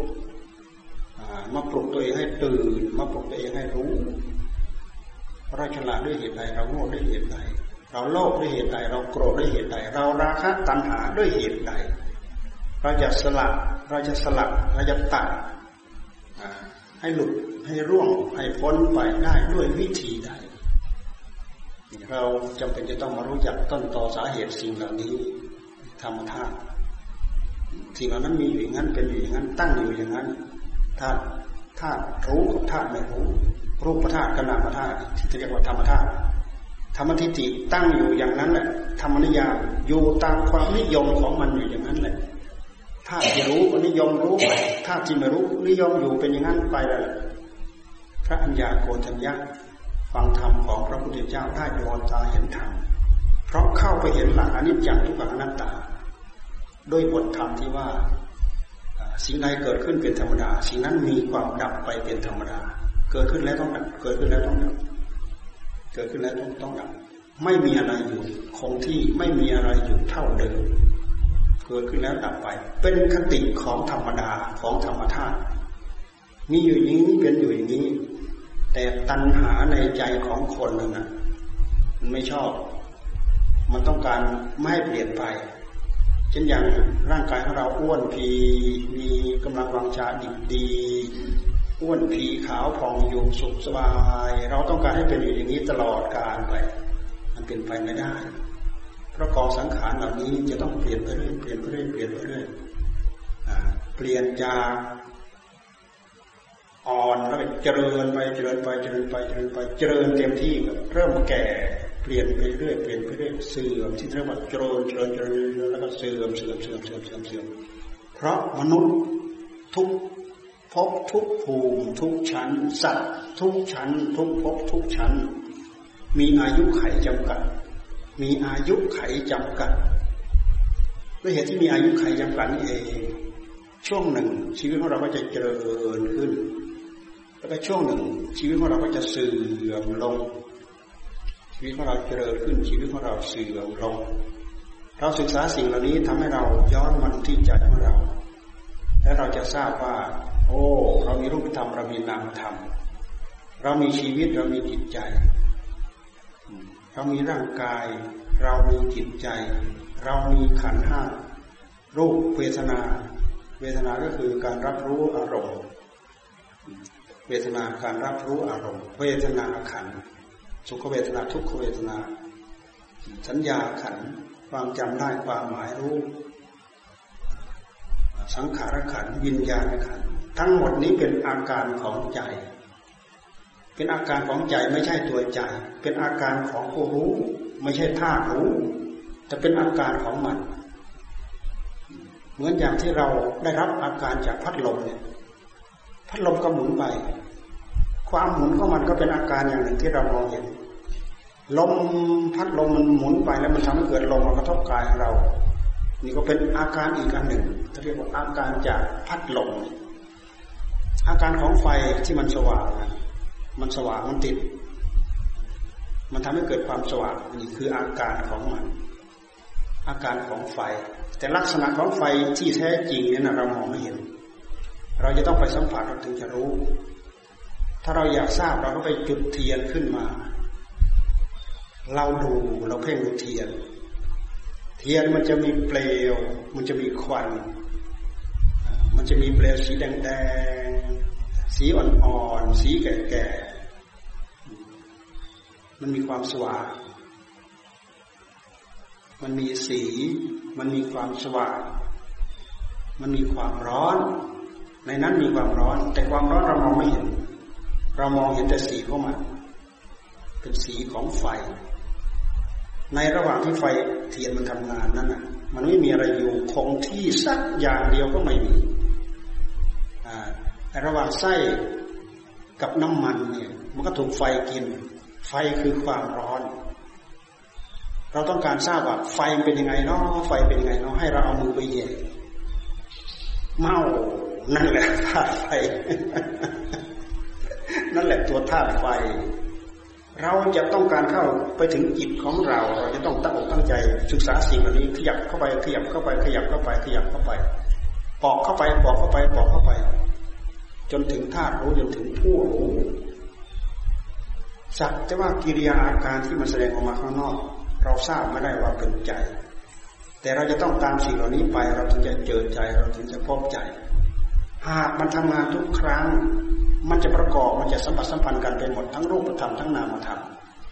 ตัวเองให้ตื่นมาปลุกตัวเองให้รู้เราฉลาดด้วยเหตุใดเราโง่ด้วยเหตุใดเราโลภด้วยเหตุใดเราโกรธด้วยเหตุใดเราราคะตัณหาด้วยเหตุใดเราจะสลัดเราจะตัดให้หลุดให้ร่วงให้พ้นไปได้ด้วยวิธีใดเราจำเป็นจะต้องมารู้จักต้นตอสาเหตุสิ่งเหล่านี้ธรรมธาตุสิ่งเหล่านั้นมีอยู่อย่างนั้นเป็นอยู่อย่างนั้นตั้งอยู่อย่างนั้นธาตุรู้กับธาตุไม่รู้รูปธาตุกับนามธาตุที่เรียกว่าธรรมธาตุธรรมทิฏฐิตั้งอยู่อย่างนั้นแหละธรรมนิยามอยู่ตามความนิยมของมันอยู่อย่างนั้นแหละธาตุที่รู้ก็นิยมรู้ไปธาตุที่ไม่รู้นิยมอยู่เป็นอย่างนั้นไปเลยพระอัญญาโกณทัญญะฟังธรรมของพระพุทธเจ้าได้ดวงตาเห็นธรรมเพราะเข้าไปเห็นหลักอนิจจังทุกขังอนัตตาด้วยบทธรรมที่ว่าสิ่งใดเกิดขึ้นเป็นธรรมดาสิ่งนั้นมีความดับไปเป็นธรรมดาเกิดขึ้นแล้วต้องดับเกิดขึ้นแล้วต้องดับเกิดขึ้นแล้วต้องดับไม่มีอะไรอยู่คงที่ไม่มีอะไรอยู่เท่าเดิมเกิดขึ้นแล้วดับไปเป็นคติของธรรมดาของธรรมธาตุมีอยู่อย่างนี้เป็นอยู่อย่างนี้แต่ตัณหาในใจของคนนั่นน่ะมันไม่ชอบมันต้องการไม่ให้เปลี่ยนไปเช่นอย่างร่างกายของเราอ้วนพีมีกำลังวังชาดีอ้วนพีขาวผ่องอยู่สุขสบายเราต้องการให้เป็นอยู่อย่างนี้ตลอดกาลไปมันเป็นไปไม่ได้เพราะกองสังขารเหล่านี้จะต้องเปลี่ยนไปเรื่อยเปลี่ยนไปเรื่อยเปลี่ยนไปเรื่อยเปลี่ยนจากอ่อนแล้วเจริญไปเจริญไปเจริญไปเจริญไปเจริญเต็มที่เริ่มแก่เปลี่ยนไปเรื่อยเปลี่ยนไปเรื่อยเสื่อมที่เรียกว่าเจริญแล้วก็เสื่อมเพราะมนุษย์ทุกภพทุกภูมิทุกชั้นสัตว์ทุกชั้นทุกภพทุกชั้นมีอายุขัยจำกัดมีอายุขัยจำกัดด้วยเหตุที่มีอายุขัยจำกัดนี่เองช่วงหนึ่งชีวิตของเราก็จะเจริญขึ้นแล้วก็ช่วงหนึ่งชีวิตของเราก็จะเสื่อมลงชีวิตของเราเจริญขึ้นชีวิตของเราเสื่อมลงเราศึกษาสิ่งเหล่านี้ทำให้เราย้อนมาที่ใจของเราและเราจะทราบว่าโอ้เรามีรูปธรรมเรามีนามธรรมเรามีชีวิตเรามีจิตใจเรามีร่างกายเรามีจิตใจเรามีขันธ์ห้ารูปเวทนาก็คือการรับรู้อารมณ์เวทนาการรับรู้อารมณ์เวทนาขันธ์สุขเวทนาทุกขเวทนาสัญญาขันธ์ความจำได้ความหมายรู้สังขารขันธ์วิญญาณขันธ์ทั้งหมดนี้เป็นอาการของใจเป็นอาการของใจไม่ใช่ตัวใจเป็นอาการของผู้รู้ไม่ใช่ธาตุรู้แต่เป็นอาการของมันเหมือนอย่างที่เราได้รับอาการจากพัดลมเนี่ยพัดลมก็หมุนไปความหมุนของมันก็เป็นอาการอย่างหนึ่งที่เรามองเห็นลมพัดลมมันหมุนไปแล้วมันทำให้เกิดลมมากระทบกายของเรานี่ก็เป็นอาการอีกอันหนึ่งที่เรียกว่าอาการจากพัดลมอาการของไฟที่มันสว่างมันติดมันทำให้เกิดความสว่างนี่คืออาการของมันอาการของไฟแต่ลักษณะของไฟที่แท้จริงเนี่ยเรามองไม่เห็นเราจะต้องไปสัมผัสเราถึงจะรู้ถ้าเราอยากทราบเราก็ไปจุดเทียนขึ้นมาเราเพ่งดูเทียนมันจะมีเปลวมันจะมีควันมันจะมีเปลวสีแดงๆสีอ่อนๆสีแก่ๆมันมีความสว่างมันมีสีมันมีความสว่างมันมีความร้อนในนั้นมีความร้อนแต่ความร้อนเรามองไม่เห็นเรามองเห็นแต่สีของมันเป็นสีของไฟในระหว่างที่ไฟเทียนมันทำงานนั้นน่ะมันไม่มีอะไรอยู่คงที่สักอย่างเดียวก็ไม่มีระหว่างไส้กับน้ำมันเนี่ยมันก็ถูกไฟกินไฟคือความร้อนเราต้องการทราบว่าไฟเป็นยังไงเนาะไฟเป็นยังไงเนาะให้เราเอามือไปแหย่เมานั่นแหละธาตุไฟนั่นแหละตัวธาตุไฟเราจะต้องการเข้าไปถึงจิตของเราเราจะต้องตั้งอกตั้งใจศึกษาสิ่งเหล่านี้ขยับเข้าไปขยับเข้าไปขยับเข้าไปขยับเข้าไปปอกเข้าไปปอกเข้าไปปอกเข้าไปจนถึงธาตุรู้จนถึงผู้รู้สักแต่ว่ากิริยาอาการที่มันแสดงออกมาข้างนอกเราทราบไม่ได้ว่าเป็นใจแต่เราจะต้องตามสิ่งเหล่านี้ไปเราถึงจะเจอใจเราถึงจะพบใจหากมันทำงานทุกครั้งมันจะประกอบมันจะสัมพันธ์กันไปหมดทั้งรูปธรรมทั้งนามธรรม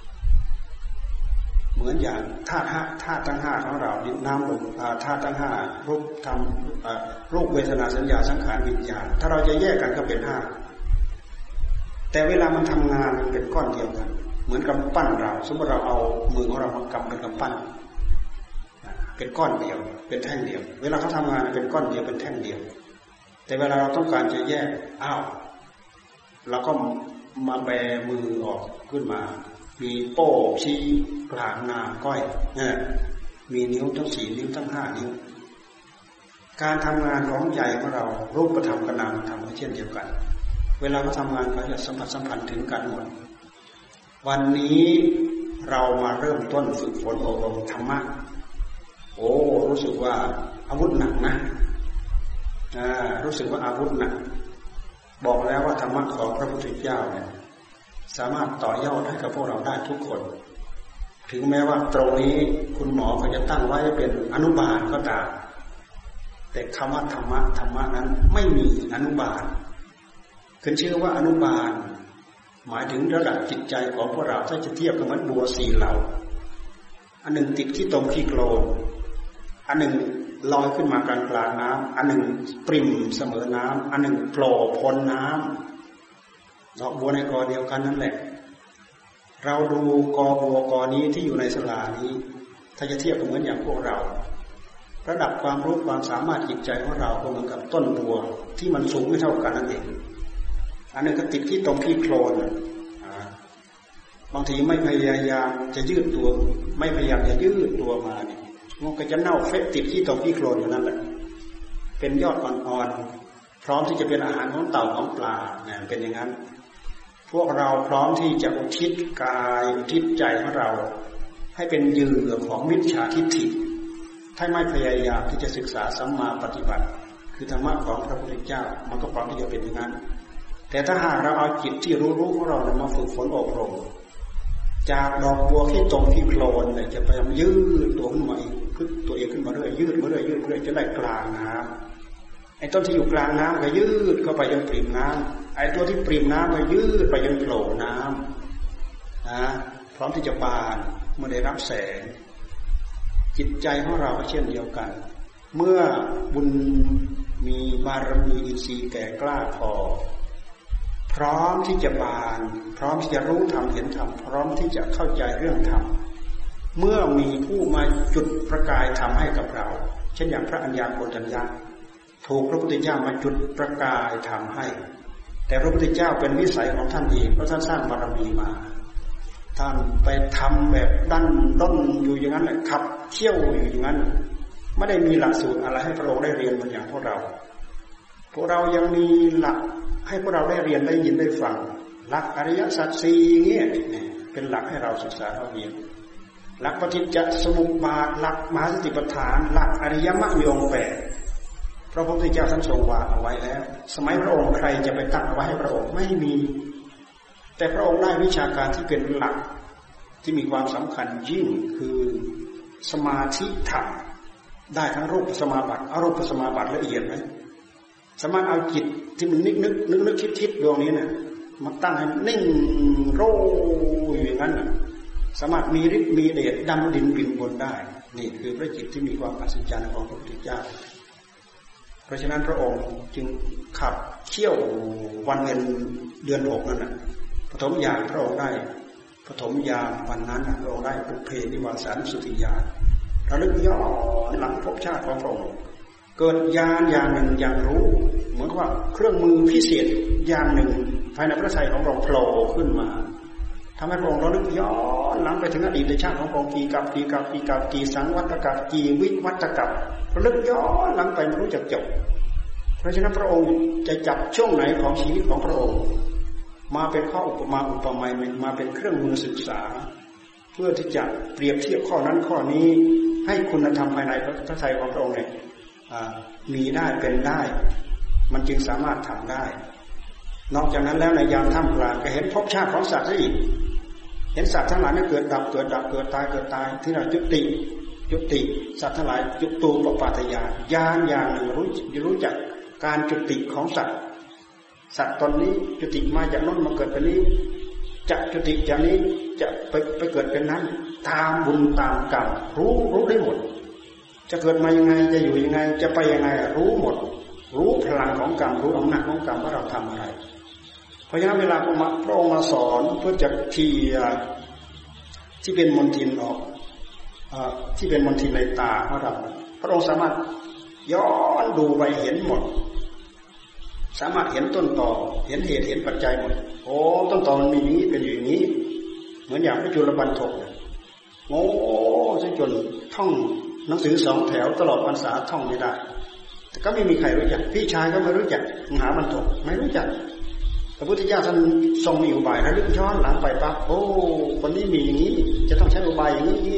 เหมือนอย่างธาตุทั้งห้าของเราดินน้ำลมธาตุทั้งห้ารูปธรรมรูปเวทนาสัญญาสังขารวิญญาณถ้าเราจะแยกกันก็เป็นห้าแต่เวลามันทำงานมันเป็นก้อนเดียวกันเหมือนกำปั้นเราสมมติเราเอามือของเรามากำเป็นกำปั้นเป็นก้อนเดียวเป็นแท่งเดียวเวลาเขาทำงานเป็นก้อนเดียวเป็นแท่งเดียวแต่เวลาเราต้องการจะแยกเราก็มาแบมือออกขึ้นมามีโป้ชี้กลางนาก้อยมีนิ้วทั้ง4นิ้วทั้ง5นิ้วการทำงานของใจของเรารูปธรรมกับนามธรรมเช่นเดียวกันเวลาเขาทำงานเขาจะสัมพันธ์ถึงกันหมดวันนี้เรามาเริ่มต้นฝึกฝนอบรมธรรมะรู้สึกว่าอาวุธหนักนะรู้สึกว่าอาวุธหนักบอกแล้วว่าธรรมะของพระพุทธเจ้าเนี่ยสามารถต่อยอดให้กับพวกเราได้ทุกคนถึงแม้ว่าตรงนี้คุณหมอเขาจะตั้งไว้เป็นอนุบาลก็ตามแต่คำว่าธรรมะนั้นไม่มีอนุบาลขึ้นชื่อว่าอนุบาลหมายถึงระดับจิตใจของพวกเราถ้าจะเทียบกับมันบัว4เหล่าอันหนึ่งติดขี้ตมขี้โคลนอันหนึ่งลอยขึ้นมากลางน้ำอันหนึ่งปริ่มเสมอน้ำอันหนึ่งโผล่พ้นน้ำดอกบัวในกอเดียวกันนั่นแหละเราดูกอบัวกอนี้ที่อยู่ในศาลานี้ถ้าจะเทียบกับเหมือนอย่างพวกเราระดับความรู้ความสามารถจิตใจของเราก็เหมือนกับต้นบัวที่มันสูงไม่เท่ากันนั่นเองอันนึงก็ติดที่ตรงที่โคลนบางทีไม่พยายามจะยืดตัวไม่พยายามจะยืดตัวมาเนี่ยมันก็จะเน่าเฟะติดที่ตรงที่โคลนอยู่นั่นแหละเป็นยอดอ่อนๆพร้อมที่จะเป็นอาหารของเต่าของปลาเนี่ยเป็นอย่างนั้นพวกเราพร้อมที่จะอุทิศกายอุทิศใจของเราให้เป็นเหยื่อของมิจฉาทิฏฐิถ้าไม่พยายามที่จะศึกษาสัมมาปฏิบัติคือธรรมะของพระพุทธเจ้ามันก็พร้อมที่จะเป็นอย่างนั้นแต่ถ้าหากเราเอาจิตที่รู้ของเรามาฝึกฝนอบรมจากดอกบัวที่ตรงที่โคลนเนี่ยจะพยายามยืดตัวขึ้นมาพึ่งตัวเองขึ้นมาเรื่อยยืดมาเรื่อยยืดเรื่อยจะได้กลางน้ำไอ้ต้นที่อยู่กลางน้ำก็ยืดเข้าไปยังปริ่มน้ำไอ้ตัวที่ปริ่มน้ำก็ยืดไปยังโผล่น้ำพร้อมที่จะบานเมื่อได้รับแสงจิตใจของเราก็เช่นเดียวกันเมื่อบุญมีบารมีอินทรีย์แก่กล้าพอพร้อมที่จะบานพร้อมที่จะรู้ธรรมเห็นธรรมพร้อมที่จะเข้าใจเรื่องธรรมเมื่อมีผู้มาจุดประกายธรรมให้กับเราเช่นอย่างพระอัญญาโกณทัญญาถูกพระพุทธเจ้ามาจุดประกายธรรมให้แต่พระพุทธเจ้าเป็นวิสัยของท่านเองเพราะท่านสร้างบารมีมาท่านไปทำแบบดั้นด้นอยู่อย่างนั้นแหละขับเชี่ยวอยู่อย่างนั้นไม่ได้มีหลักสูตรอะไรให้พระองค์ได้เรียนเหมือนอย่างพวกเรายังมีหลักให้พวกเราได้เรียนได้ยินได้ฟังหลักอริยสัจสี่เงี้ยเป็นหลักให้เราศึกษาเราเรียนหลักปฏิจจสมุปบาทหลักมหาสติปัฏฐานหลักอริยมรรคมีองค์8พระพุทธเจ้าท่านทรงวางเอาไว้แล้วสมัยพระองค์ใครจะไปตั้งไว้ให้พระองค์ไม่มีแต่พระองค์ได้วิชาการที่เป็นหลักที่มีความสำคัญยิ่งคือสมาธิธรรมได้ทั้งรูปสมาบัติอรูปสมาบัติละเอียดไหมสามารถเอาจิตที่มันนึกคิดดวงนี้เนี่ยมาตั้งให้นิ่งโรอยู่อย่างนั้นสามารถมีฤทธิ์มีเดชดำดินบินบนได้นี่คือพระจิตที่มีความอัศจรรย์ของพระพุทธเจ้าเพราะฉะนั้นพระองค์จึงขับเขี่ยววันเพ็ญเดือน6นั่นน่ะปฐมญาณพระองค์ได้ปฐมญาณวันนั้นพระองค์ได้ปุพเพนิวาสานุสติญาณระลึกย้อนหลังภพชาติของพระองค์เกิดญาณอย่างหนึ่งอย่างรู้เหมือนว่าเครื่องมือพิเศษอย่างหนึ่งภายในพระทัยของพระองค์โผล่ขึ้นมาทำให้พระองค์ระลึกย้อนหลังไปถึงอดีตชาติของพระองค์กี่สังวัตกับกี่วิวัตกับระลึกย้อนหลังไปไม่รู้จักจบเพราะฉะนั้นพระองค์จะจับช่วงไหนของชีวิตของพระองค์มาเป็นข้ออุปมาอุปไมยมาเป็นเครื่องมือศึกษาเพื่อที่จะเปรียบเทียบข้อนั้นข้อนี้ให้คุณธรรมภายในพระทัยของพระองค์เนี่ยมีได้เป็นได้มันจึงสามารถทำได้นอกจากนั้นแล้วในยามท่ามกลางก็เห็นภพชาติของสัตว์ซะอีกเห็นสัตว์ทั้งหลายนั้นเกิดดับเกิดดับเกิดตายเกิดตายที่เราจุติสัตว์ทั้งหลายจุตูปปาตญาณญาณอย่างหนึ่งรู้จักการจุติของสัตว์ตนนี้จุติมาจากนั้นมาเกิดเป็นนี้จะจุติจากนี้จะไปเกิดเป็นนั้นตามบุญตามกรรมรู้ได้หมดจะเกิดมายังไงจะอยู่ยังไงจะไปยังไงรู้หมดรู้พลังของกรรมรู้อำนาจของกรรมว่าเราทำอะไรเพราะฉะนั้นเวลาพระองค์มาสอนเพื่อจะเคลียร์ที่เป็นมลทินออกที่เป็นมลทินในตาของเราพระองค์สามารถย้อนดูไปเห็นหมดสามารถเห็นต้นตอเห็นเหตุเห็นปัจจัยหมดโอ้ต้นตอมันมีอย่างนี้เป็นอย่างนี้เหมือนอย่างพระจุลปันถกโง่ซะจนท่องหนังสือ2 แถวตลอดพรรษาท่องไม่ได้แต่ก็ไม่มีใครรู้จักพี่ชายก็ไม่รู้จักมหาปันถกไม่รู้จักพระพุทธเจ้าท่านทรงมีอุบายระลึกย้อนหลังไปปั๊บโอ้คนนี้มีอย่างนี้จะต้องใช้อุบายอย่างนี้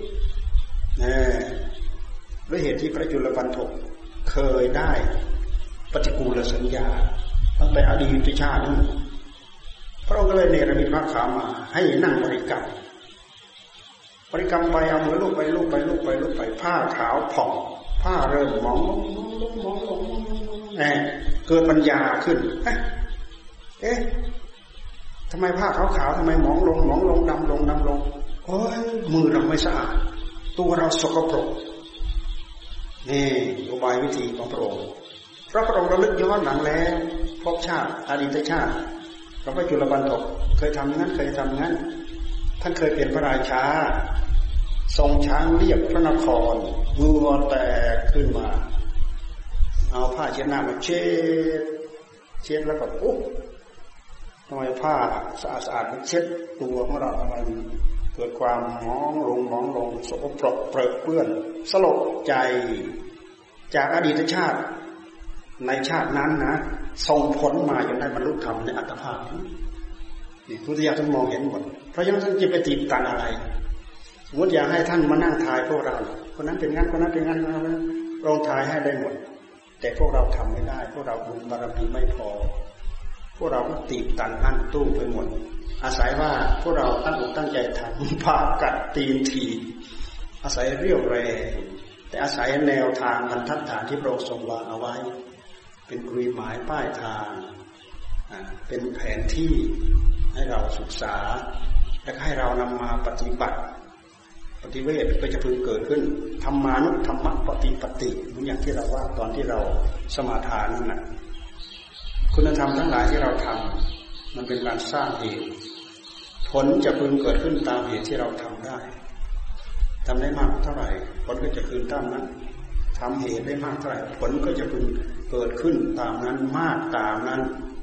ด้วยเหตุที่พระจุลปันถกเคยได้ปฏิกูลสัญญาตั้งแต่อดีตชาตินั้นพระองค์ก็เลยเนรมิตพระขามาให้นั่งบริกรรมไปเอามือลูบไปผ้าขาวผ่องผ้าเริ่มมองลงเกิดปัญญาขึ้นเอ๊ะทำไมผ้าขาวทำไมมองลงดำลงโอ้ยมือเราไม่สะอาดตัวเราสกปรกนี่อุบายวิธีของพระองค์พระองค์ระลึกย้อนหลังแล้วภพชาติอดีตชาติพระจุลปันถกเคยทำนั้นท่านเคยเป็นพระราชาทรงช้างเรียบพระนครเหงื่อแตกขึ้นมาเอาผ้าเช็ดหน้ามาเช็ดแล้วก็ปุ๊บทำไมผ้าสะอาดมันเช็ดตัวของเราทำไมเกิดความมองลงสกปรกเปรอะเปื้อนสลดใจจากอดีตชาติในชาตินั้นนะส่งผลมาจนได้บรรลุธรรมในอัตภาพนี่พุทธิยถาท่านมองเห็นหมดเพราะฉะนั้นท่านจะไปติดตันอะไรสมมติอยากให้ท่านมานั่งทายพวกเราคนนั้นเป็นงั้นคนนั้นเป็นงั้นลองทายให้ได้หมดแต่พวกเราทำไม่ได้พวกเราบุญบารมีไม่พอพวกเราก็ติดตันอั้นตู้ไปหมดอาศัยว่าพวกเราตั้งอกตั้งใจทำพากัดตีนทีอาศัยเรี่ยวแรงแต่อาศัยแนวทางบรรทัดฐานที่พระองค์ทรงวางเอาไว้เป็นกรุยหมายป้ายทางเป็นแผนที่ให้เราศึกษาและให้เรานำมาปฏิบัติปฏิเวทก็จะพึงเกิดขึ้นธรรมานุธรรมปฏิปติเหมือนอย่างที่เราว่าตอนที่เราสมาทานนั่นแหละคุณธรรมทั้งหลายที่เราทำมันเป็นการสร้างเหตุผลจะพึงเกิดขึ้นตามเหตุที่เราทำได้ทำได้มากเท่าไหร่ผลก็จะคืนตามนั้นทำเหตุได้มากเท่าไหร่ผลก็จะพึงเกิดขึ้นตามนั้นมากตามนั้น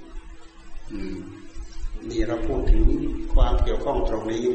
นี่เราพูดถึงความเกี่ยวข้องตรงนี้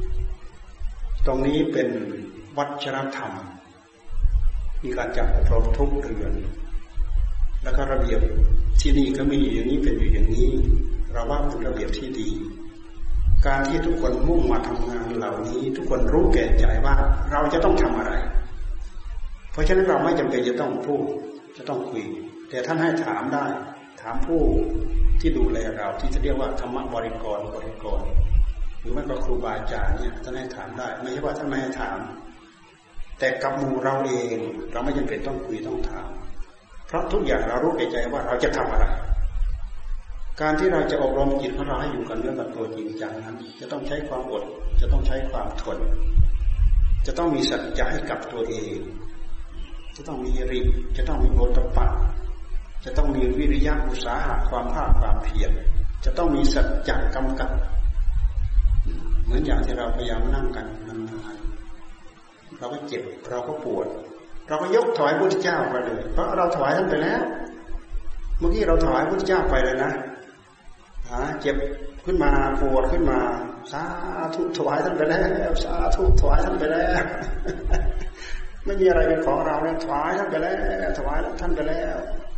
เป็นวัชรธรรมมีการจัดอบรมทุกเดือนแล้วก็ระเบียบที่นี่ก็มีอย่างนี้เป็นอยู่อย่างนี้เราว่าเป็นระเบียบที่ดีการที่ทุกคนมุ่งมาทำงานเหล่านี้ทุกคนรู้แก่ใจว่าเราจะต้องทำอะไรเพราะฉะนั้นเราไม่จำเป็นจะต้องพูดจะต้องคุยแต่ท่านให้ถามได้ถามผู้ที่ดูแลเราที่จะเรียกว่าธรรมบริกรหรือไม่ก็ครูบาอาจารย์เนี่ยท่านให้ถามได้ไม่ใช่ว่าท่านไม่ให้ถามแต่กับหมู่เราเองเราไม่จำเป็นต้องคุยต้องถามเพราะทุกอย่างเรารู้แก่ใจว่าเราจะทำอะไรการที่เราจะอบรมจิตของเราให้อยู่กับเนื้อกับตัวจริงจังนั้นจะต้องใช้ความอดจะต้องใช้ความทนจะต้องมีสัจจะให้กับตัวเองจะต้องมีฤทธิ์จะต้องมีโอตปะจะต้องมีวิริยะอุตสาหะความภาคความเพียรจะต้องมีสัจจะกำกับเหมือนอย่างที่เราพยายามนั่งกันนานๆเราก็เจ็บเราก็ปวดเราก็ยกถวายพระพุทธเจ้าไปเลยเพราะเราถวายท่านไปแล้วเมื่อกี้เราถวายพระพุทธเจ้าไปเลยนะเจ็บขึ้นมาปวดขึ้นมาสาธุถวายท่านไปแล้วสาธุถวายท่านไปแล้วไม่มีอะไรเป็นของเราแล้วถวายท่านไปแล้วถวายท่านไปแล้ว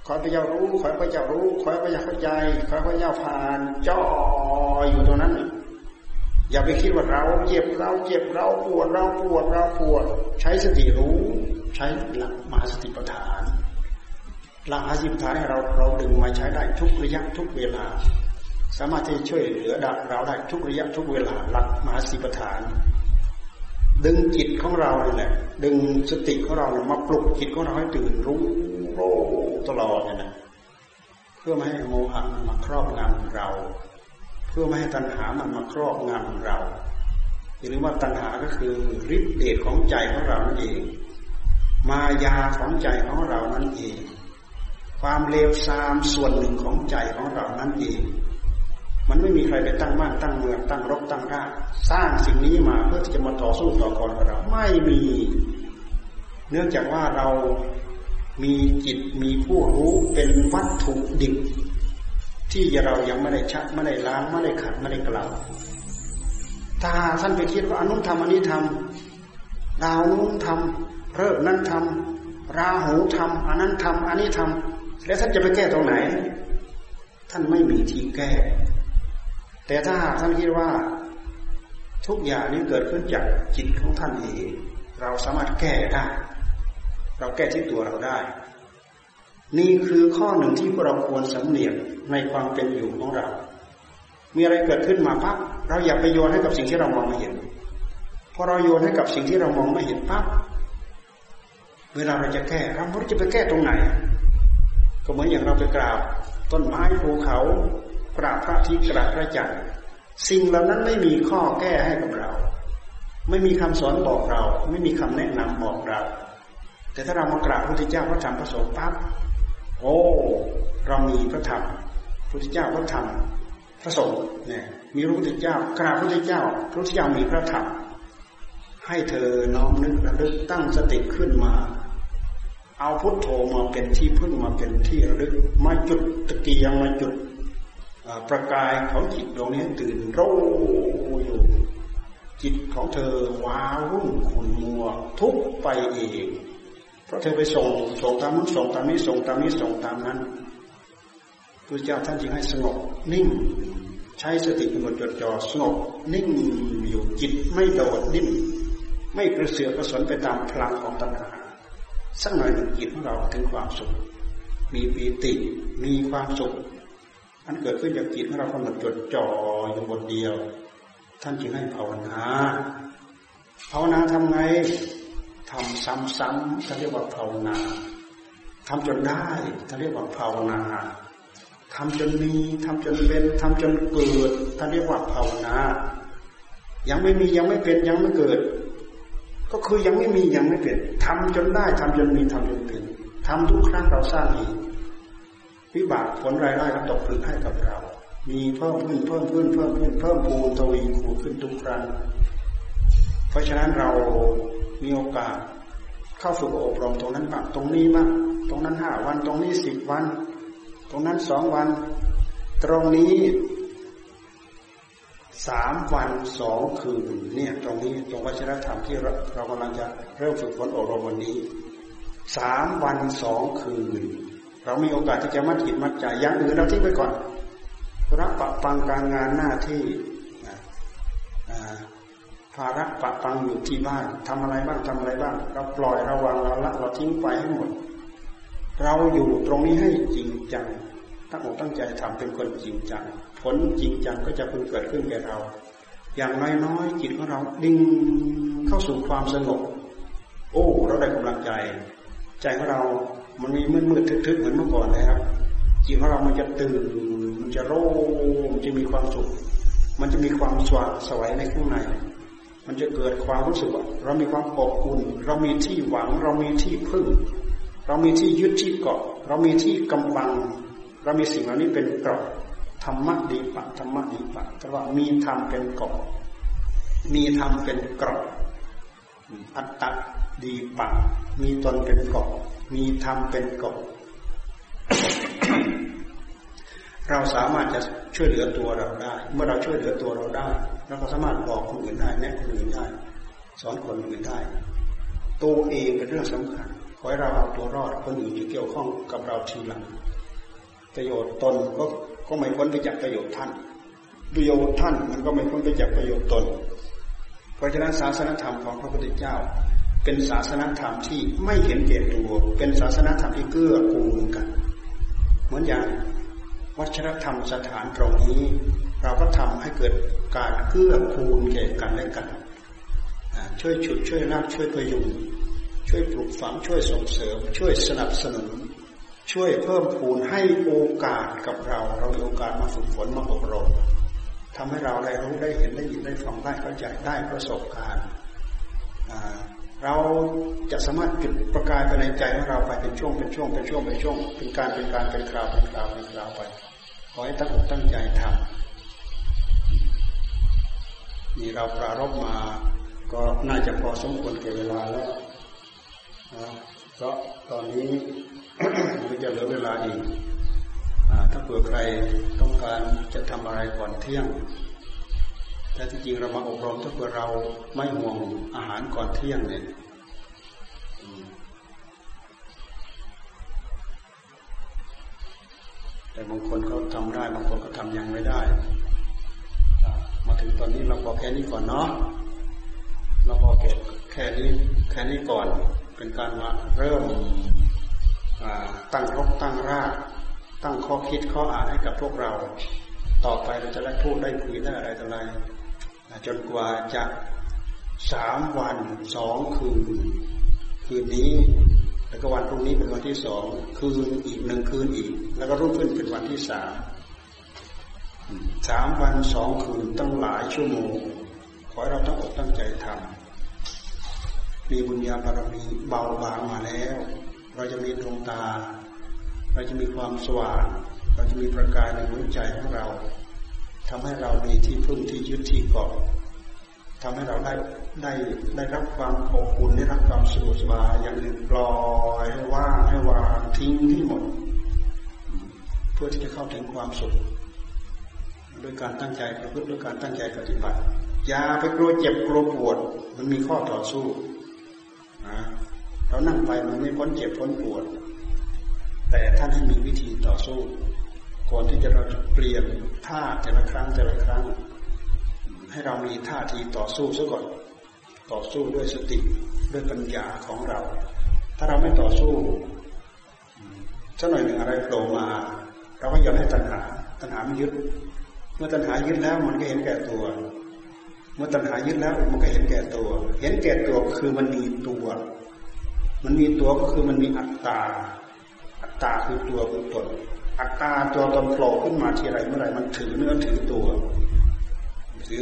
ขอพระเจ้ารู้ขอพระเจ้ารู้ขอพระเจ้าเข้าใจขอพระเจ้าผ่านจ่ออยู่ตรงนั้นอย่าไปคิดว่าเราเจ็บเราปวดใช้สติรู้ใช้หลักมหาสติปัฏฐานหลักมหาสติปัฏฐานให้เราดึงมาใช้ได้ทุกระยะทุกเวลาสามารถที่ช่วยเหลือเราได้ทุกระยะทุกเวลาหลักมหาสติปัฏฐานดึงจิตของเราเนี่ยแหละดึงสติของเราเนี่ยมาปลุกจิตของเราให้ตื่นรู้ตลอดเนี่ยนะเพื่อไม่ให้โมหะมาครอบงำเราเพื่อไม่ให้ตัณหามันมาครอบงำเราอย่าลืมว่าตัณหาก็คือฤทธิเดชของใจของเรานั่นเองมายาของใจของเรานั่นเองความเลวทรามส่วนหนึ่งของใจของเรานั่นเองมันไม่มีใครไปตั้งบ้านตั้งเมืองตั้งรกตั้งรากสร้างสิ่งนี้มาเพื่อที่จะมาต่อสู้ต่อกรกับเราไม่มีเนื่องจากว่าเรามีจิตมีผู้รู้เป็นวัตถุดิบที่เรายังไม่ได้ชักไม่ได้ล้างไม่ได้ขัดไม่ได้เกลาถ้าท่านไปคิดว่าอนุธรรมอันนี้ทำดาวนู้นทำฤกษ์นั้นทำราหูทำอันนั้นทำอันนี้ทำแล้วท่านจะไปแก้ตรงไหนท่านไม่มีที่แก้แต่ถ้าหากท่านคิดว่าทุกอย่างนี้เกิดขึ้นจากจิตของท่านเองเราสามารถแก้ได้เราแก้ที่ตัวเราได้นี่คือข้อหนึ่งที่พวกเราควรสำเนียกในความเป็นอยู่ของเรามีอะไรเกิดขึ้นมาปั๊บเราอย่าไปโยนให้กับสิ่งที่เรามองไม่เห็นพอเราโยนให้กับสิ่งที่เรามองไม่เห็นปั๊บเวลาเราจะแก้เราไม่รู้จะไปแก้ตรงไหนก็เหมือนอย่างเราไปกราบต้นไม้ภูเขากราบพระอาทิตย์กราบพระจันทร์สิ่งเหล่านั้นไม่มีข้อแก้ให้กับเราไม่มีคำสอนบอกเราไม่มีคำแนะนำบอกเราแต่ถ้าเรามากราบพระพุทธเจ้าพระธรรมพระสงฆ์ปั๊บโอ้เรามีพระธรรมพระพุทธเจ้าพระธรรมพระสงฆ์เนี่ยมีพระพุทธเจ้ากราบพระพุทธเจ้าพระพุทธเจ้ามีพระธรรมให้เธอน้อมนึกระลึกตั้งสติขึ้นมาเอาพุทโธมาเป็นที่พึ่งมาเป็นที่ระลึกมาจุดตะเกียงมาจุดประกายของจิตดวงนี้ตื่นรู้อยู่จิตของเธอว้าวุ่นขุ่นมัวทุกไปเองเพราะเธอไปส่งตามนู้นส่งตามนี้ส่งตามนี้ส่งตามนั้นพระเจ้าท่านจึงให้สงบนิ่งใช้สติกำหนดจดจ่อสงบนิ่งอยู่จิตไม่โดดดิ้นไม่กระเสือกกระสนไปตามพลังของตัณหาสักหน่อยหนึ่งจิตของเราถึงความสุขมีปีติมีความสุขอันเกิดขึ้นจากจิตของเรากำหนดจดจ่ออยู่บนเดียวท่านจึงให้ภาวนาทำไงทำซ้ำๆท่านเรียกว่าภาวนาทำจนได้ท่านเรียกว่าภาวนาทำจนมีทำจนเป็นทำจนเกิดท่านเรียกว่าภาวนายังไม่มียังไม่เป็นยังไม่เกิดก็คือยังไม่มียังไม่เป็นทำจนได้ทำจนมีทำจนเป็นทำทุกครั้งเราสร้างอีกวิบากผลรายได้ก็ตกผลึกให้กับเรามีเพิ่มพูนทวีคูณขึ้นทุกครั้งเพราะฉะนั้นเรามีโอกาสเข้าฝึกอบรมตรงนั้นบ้างตรงนี้บ้างตรงนั้น5 วันตรงนี้10 วันตรงนั้น2 วันตรงนี้3 วัน 2 คืนเนี่ยตรงนี้ตรงวัชรธรรมที่เรากำลังจะเริ่มฝึกฝนอบรมวันนี้3 วัน 2 คืนเรามีโอกาสที่จะมัดจิตมัดใจอย่างอื่นเราทิ้งไปก่อนรับปะปังการงานหน้าที่ภาระปะปังอยู่ที่บ้านทำอะไรบ้างเราปล่อยเราวางเราละเราทิ้งไปให้หมดเราอยู่ตรงนี้ให้จริงจังตั้งอกตั้งใจทำเป็นคนจริงจังผลจริงจังก็จะพึงเกิดขึ้นแก่เราอย่างน้อยๆจิตของเราดิ่งเข้าสู่ความสงบโอ้เราได้กำลังใจของเรามันมีมืดๆทึบๆเหมือนเมื่อก่อนแล้วจิตของเรามันจะตื่นมันจะโล่งมันจะมีความสุขมันจะมีความสว่างไสวในข้างในมันจะเกิดความรู้สึกว่าเรามีความอบอุ่นเรามีที่หวังเรามีที่พึ่งเรามีที่ยึดที่เกาะเรามีที่กำบังเรามีสิ่งเหล่านี้เป็นเกราะธรรมะดีปะธรรมะดีปะแต่ว่ามีธรรมเป็นเกราะมีธรรมเป็นเกราะอัตตะดีปะมีตนเป็นเกราะมีธรรมเป็นเกราะ เราสามารถจะช่วยเหลือตัวเราได้เมื่อเราช่วยเหลือตัวเราได้เราก็สามารถบอกคนอื่นได้แนะคนอื่นได้สอนคนอื่นได้ตัวเองเป็นเรื่องสำคัญขอให้เราเอาตัวรอดคนอื่นที่เกี่ยวข้องกับเราทีหลังประโยชน์ตนก็ไม่พ้นไปจากประโยชน์ท่านประโยชน์ท่านมันก็ไม่พ้นไปจากประโยชน์ตนเพราะฉะนั้นศาสนธรรมของพระพุทธเจ้าเป็นศาสนธรรมที่ไม่เห็นแก่ตัวเป็นศาสนธรรมที่เกื้อกูลกันเหมือนอย่างวัฒนธรรมสถานตรงนี้เราก็ทำให้เกิดการเกื้อกูลแก่กันและกันช่วยฉุดช่วยลากช่วยพยุงช่วยปลูกฝังช่วยส่งเสริมช่วยสนับสนุนช่วยเพิ่มพูนให้โอกาสกับเรามีโอกาสมาฝึกฝนมาอบรมทำให้เราได้รู้ได้เห็นได้ยินได้ฟังได้เข้าใจได้ประสบการณ์เราจะสามารถจุดประกายภายในใจของเราไปเป็นช่วงเป็นการเป็นคราวไปขอให้ตั้งอกตั้งใจทำนี่เราปรารภมาก็น่าจะพอสมควรแก่เวลาแล้วเพราะตอนนี้ มันจะเหลือเวลาอีกถ้าเผื่อใครต้องการจะทำอะไรก่อนเที่ยงแต่ที่จริงเรามาอบรมถ้าเผื่อเราไม่ห่วงอาหารก่อนเที่ยงเนี่ยแต่บางคนเขาทำได้บางคนก็ทำยังไม่ได้มาถึงตอนนี้เราพอแค่นี้ก่อนเนาะเราพอแค่นี้ก่อนเป็นการมาเริ่มตั้งรกตั้งรากตั้งข้อคิดข้ออ่านให้กับพวกเราต่อไปเราจะได้พูดได้คุยได้อะไรต่ออะไรจนกว่าจะ3 วัน 2 คืนนี้แล้วก็วันพรุ่งนี้เป็นวันที่2คืนอีก1 คืนอีกแล้วก็รุ่งขึ้นเป็นวันที่3 วัน 2 คืนตั้งหลายชั่วโมงขอให้เราตั้งอกตั้งใจทำมีบุญญาบารมีเบาบางมาแล้วเราจะมีดวงตาเราจะมีความสว่างเราจะมีประกายในหัวใจของเราทำให้เรามีที่พึ่งที่ยึดที่เกาะทำให้เราได้รับความอบอุ่นได้รับความสะดวกสบายอย่างอื่นปล่อยให้ว่างให้วางทิ้งที่หมดเพื่อที่จะเข้าถึงความสุขด้วยการตั้งใจประพฤติด้วยการตั้งใจปฏิบัติอย่าไปกลัวเจ็บกลัวปวดมันมีข้อต่อสู้เรานั่งไปมันไม่พ้นเจ็บพ้นปวดแต่ท่านให้มีวิธีต่อสู้ก่อนที่เราจะเปลี่ยนท่าแต่ละครั้งให้เรามีท่าทีต่อสู้ซะก่อนต่อสู้ด้วยสติด้วยปัญญาของเราถ้าเราไม่ต่อสู้สักหน่อยหนึ่งอะไรโผล่มาเราก็ยอมให้ตัณหามันยึดเมื่อตัณหายึดแล้วมันก็เห็นแก่ตัวเมื่อตัณหายึดแล้วมันก็เห็นแก่ตัวคือมันมีตัวก็คือมันมีอัตตาคือตัวคือตนอัตตาตัวตนโผล่ขึ้นมาทีไรเมื่อไรมันถือเนื้อถือตัวถือ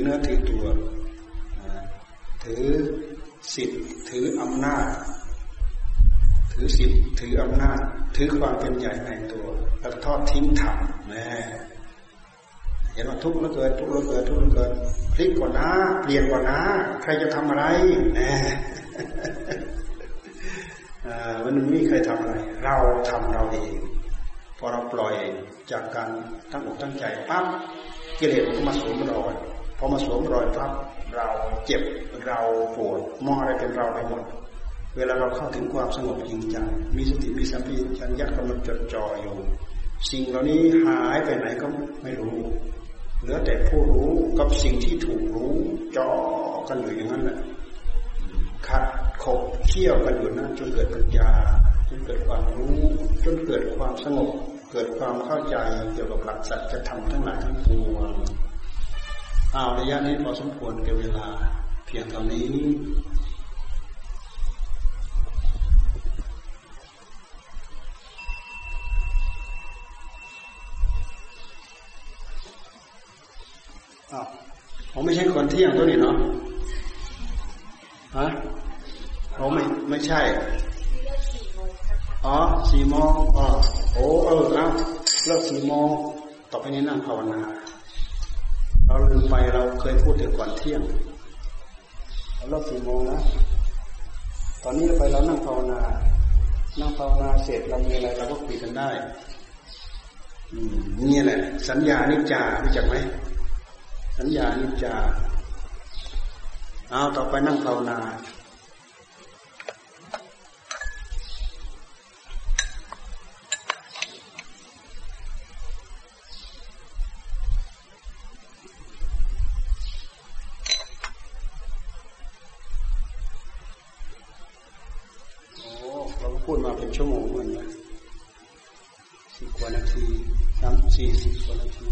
สิทธิ์ถืออำนาจถือสิทธิ์ถืออำนาจถือความเป็นใหญ่ในตัวแล้วทอดทิ้งธรรมแม่เห็นว่าทุกข์เหลือเกินพลิกก่อนนะเปลี่ยนก่อนนะใครจะทำอะไรแน่มันไม่มีใครทำอะไรเราทำเราเองพอเราปล่อยจากการตั้งอกตั้งใจปั๊บกิเลสก็มาสวมรอยพอมาสวมรอยปั๊บเราเจ็บเราปวดมองอะไรเป็นเราไปหมดเวลาเราเข้าถึงความสงบจริงจังมีสติมีสัมผัสชัญญะกำลังจดจ่ออยู่สิ่งเหล่านี้หายไปไหนก็ไม่รู้เหลือแต่ผู้รู้กับสิ่งที่ถูกรู้จ่อกันอยู่อย่างนั้นแหละขัดขบเคี่ยวกันอยู่นั้นจนเกิดปัญญาจนเกิดความรู้จนเกิดความสงบเกิดความเข้าใจเกี่ยวกับหลักสัจธรรมทั้งหลายทั้งปวงระยะนี้พอสมควรแก่เวลาเพียงเท่านี้ผมไม่ใช่คนเที่ยงตัวนี้เนาะเขาไม่ใช่4 โมงเลิก4 โมงต่อไปนี้นั่งภาวนาเราลืมไปเราเคยพูดถึงก่อนเที่ยงเราเลิก4 โมงนะตอนนี้เรานั่งภาวนาเสร็จเรามีอะไรเราก็คุยกันได้นี่แหละสัญญานิจจารู้จักไหมสัญญานิจจาต่อไปนั่งภาวนาพูดมาเป็นชั่วโมงเหมือนกัน10 กว่านาที40 กว่านาที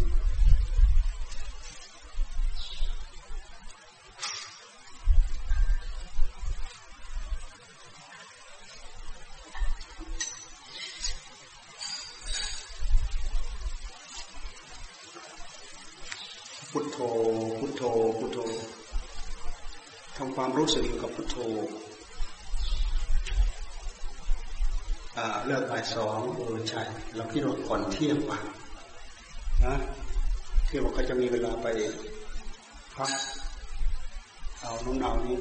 พุทโธพุทโธพุทโธทำความรู้สึกอยู่กับพุทโธเลิกบ่าย 2ใช่เราคิดว่าก่อนเที่ยงป่ะนะเที่ยงก็จะมีเวลาไปพักเอาน้ำหนาวนี้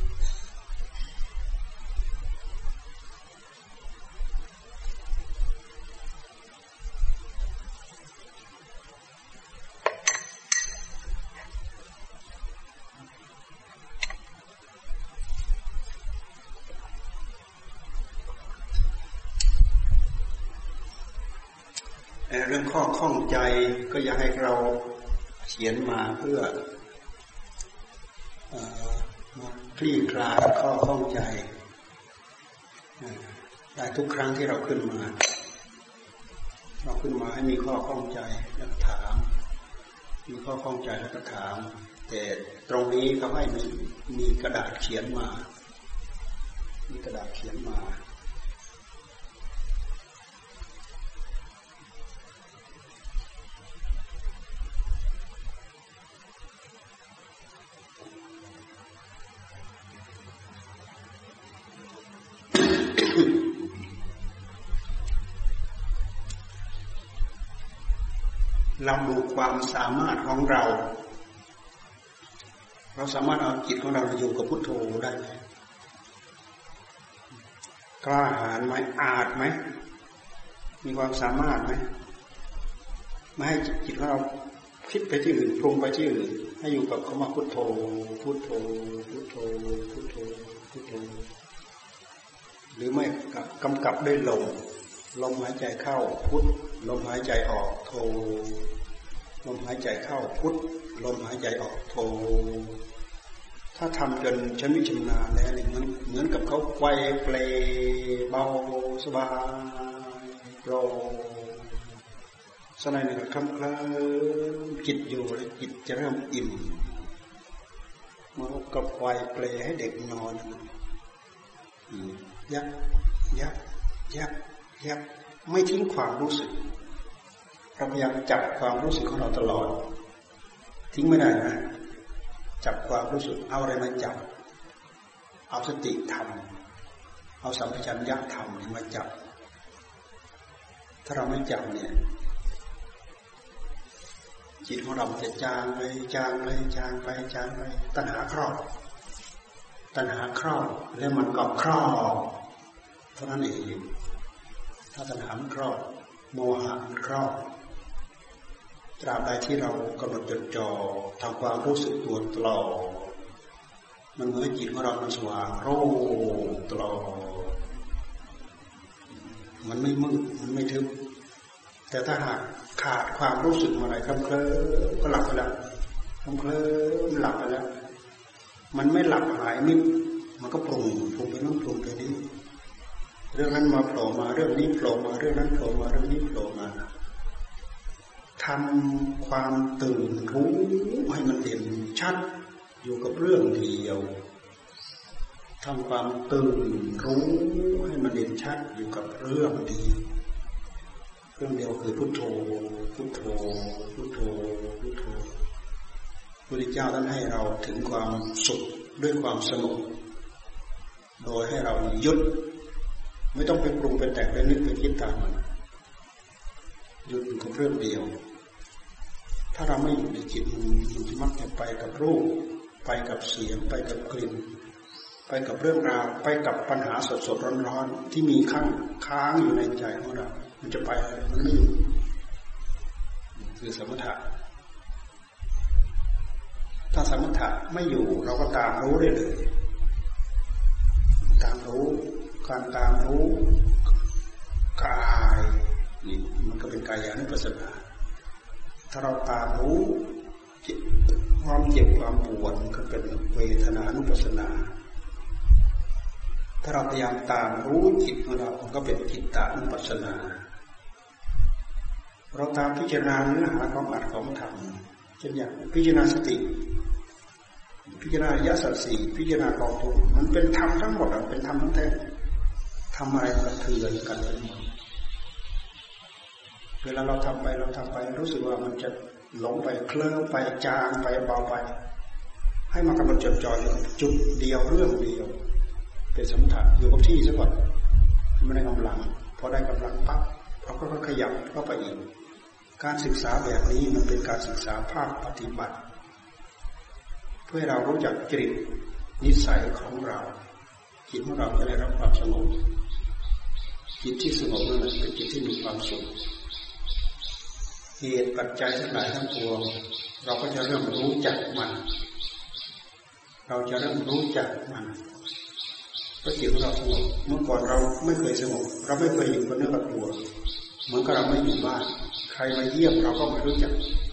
เรื่องข้อข้องใจก็อยากให้เราเขียนมาเพื่อมาคลี่คลายข้อข้องใจได้ทุกครั้งที่เราขึ้นมาให้มีข้อข้องใจแล้วก็ถามมีข้อข้องใจแล้วก็ถามแต่ตรงนี้เขาให้มีกระดาษเขียนมามีกระดาษเขียนมาเราดูความสามารถของเราสามารถเอาจิตของเราอยู่กับพุทโธได้ไหมกล้าหาญไหมอาจไหมมีความสามารถไหมไม่ให้จิตของเราคิดไปที่อื่นปรุงไปที่อื่นให้อยู่กับคำว่าพุทโธพุทโธพุทโธพุทโธพุทโธหรือไม่กำกับด้วยลมหายใจเข้าพุทลมหายใจออกโธลมหายใจเข้าพุทลมหายใจออกโธถ้าทำจนชำนิชำนาญแล้วเนี่ยมันเหมือนกับเขาไกวเปลเบาสบายโปร่งสักหน่อยหนึ่งคำจิตอยู่แล้วจิตจะเริ่มอิ่มมันก็ไกวเปลให้เด็กนอนยับไม่ทิ้งความรู้สึกเราพยายามจับความรู้สึกของเราตลอดทิ้งไม่ได้นะจับความรู้สึกเอาอะไรมาจับเอาสติธรรมเอาสัมปชัญญะธรรมมาจับถ้าเราไม่จับเนี่ยจิตของเราจะจางไปตัณหาครอบแล้วมันก็ครอบเท่านั้นเองถ้าตัณหามันครอบโมหะมันครอบตราบใดที่เรากำหนดจดจ่อทำความรู้สึกตัวตลอดมันเหมือนจิตของเรามันสว่างโล่ตลอดมันไม่มืดมันไม่ทึบแต่ถ้าหากขาดความรู้สึกอะไรเคลิ้มก็หลับไปแล้วเคลิ้มหลับไปแล้วมันไม่หลับหายนิ่งมันก็ปรุงไปนั่งปรุงไปนี้เรื่องนั้นมาโผล่มาเรื่องนี้โผล่มาเรื่องนั้นโผล่มาเรื่องนี้โผล่มาทำความตื่นรู้ให้มันเด่นชัดอยู่กับเรื่องเดียวทำความตื่นรู้ให้มันเด่นชัดอยู่กับเรื่องเดียวคือพุทโธพุทโธพุทโธพุทโธพระพุทธเจ้าท่านให้เราถึงความสุขด้วยความสงบโดยให้เราหยุดไม่ต้องไปปรุงไปแต่งไปนึกไปคิดตามมันหยุดอยู่กับเรื่องเดียวถ้าเราไม่อยู่ในจิตมันจะมักจะไปกับรูปไปกับเสียงไปกับกลิ่นไปกับเรื่องราวไปกับปัญหาสดๆร้อนๆที่มีค้างอยู่ในใจของเรามันจะไปมันไม่อยู่คือสมถะถ้าสมถะไม่อยู่เราก็ตามรู้ได้เลยตามรู้การตามรู้กายนี่มันก็เป็นกายานุปัสสนาถ้าเราตามรู้ความเจ็บความปวดก็เป็นเวทนานุปัสสนาถ้าเราพยายามตามรู้จิตของเรามันก็เป็นจิตตานุปัสสนาเราตามพิจารณาเนื้อหาของอัตถของธรรมเช่นอย่างพิจารณาสติพิจารณาอริยสัจสี่พิจารณากองทุกข์มันเป็นธรรมทั้งหมดเป็นธรรมทั้งแท้ทำอะไรกระเทือนกันไปหมดเวลาเราทำไปรู้สึกว่ามันจะหลงไปเคลิ้มไปจางไปเบาไปให้มากำหนดจดจ่ออยู่จุดเดียวเรื่องเดียวเป็นสมถะอยู่กับที่ซะก่อนไม่ได้กำลังพอได้กำลังปั๊บเราก็ขยับเข้าไปอีกการศึกษาแบบนี้มันเป็นการศึกษาภาคปฏิบัติเพื่อให้เรารู้จักจริตนิสัยของเราจิตของเราจะได้รับความสงบจิตที่สงบนั่นเป็นจิตที่มีความสุขเหตุปัจจัยทั้งหลายทั้งปวงเราก็จะเริ่มรู้จักมันเราจะเริ่มรู้จักมันเพราะจิตของเราสงบเมื่อก่อนเราไม่เคยสงบเราไม่เคยอยู่กับเนื้อกับตัวเหมือนกับเราไม่อยู่บ้านใครมาเยี่ยมเราก็ไม่รู้จัก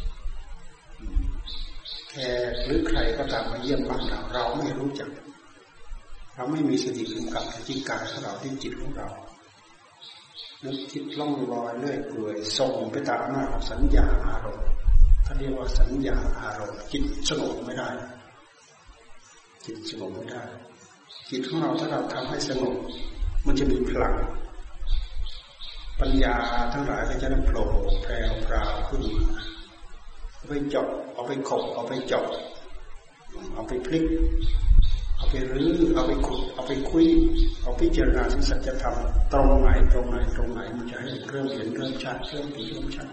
แขกหรือใครก็ตามมาเยี่ยมบ้านเราไม่รู้จักเราไม่มีสติกำกับจิตกายของเราที่จิตของเรานึกคิดล่องลอยเรื่อยเปื่อยส่งไปตามอำนาจของสัญญาอารมณ์ท่านเรียกว่าสัญญาอารมณ์จิตสงบไม่ได้จิตสงบไม่ได้จิตของเราถ้าเราทำให้สงบมันจะมีพลังปัญญาทั้งหลายก็จะได้โผล่แผ่วพราวขึ้นมาเอาไปเจาะเอาไปขบเอาไปเจาะเอาไปพลิกเอาไปรื้อเอาไปขุดเอาไปคุยเอาพิจารณาสัจธรรมตรงไหนมันจะให้เริ่มเห็นเริ่มชัดเริ่มชัด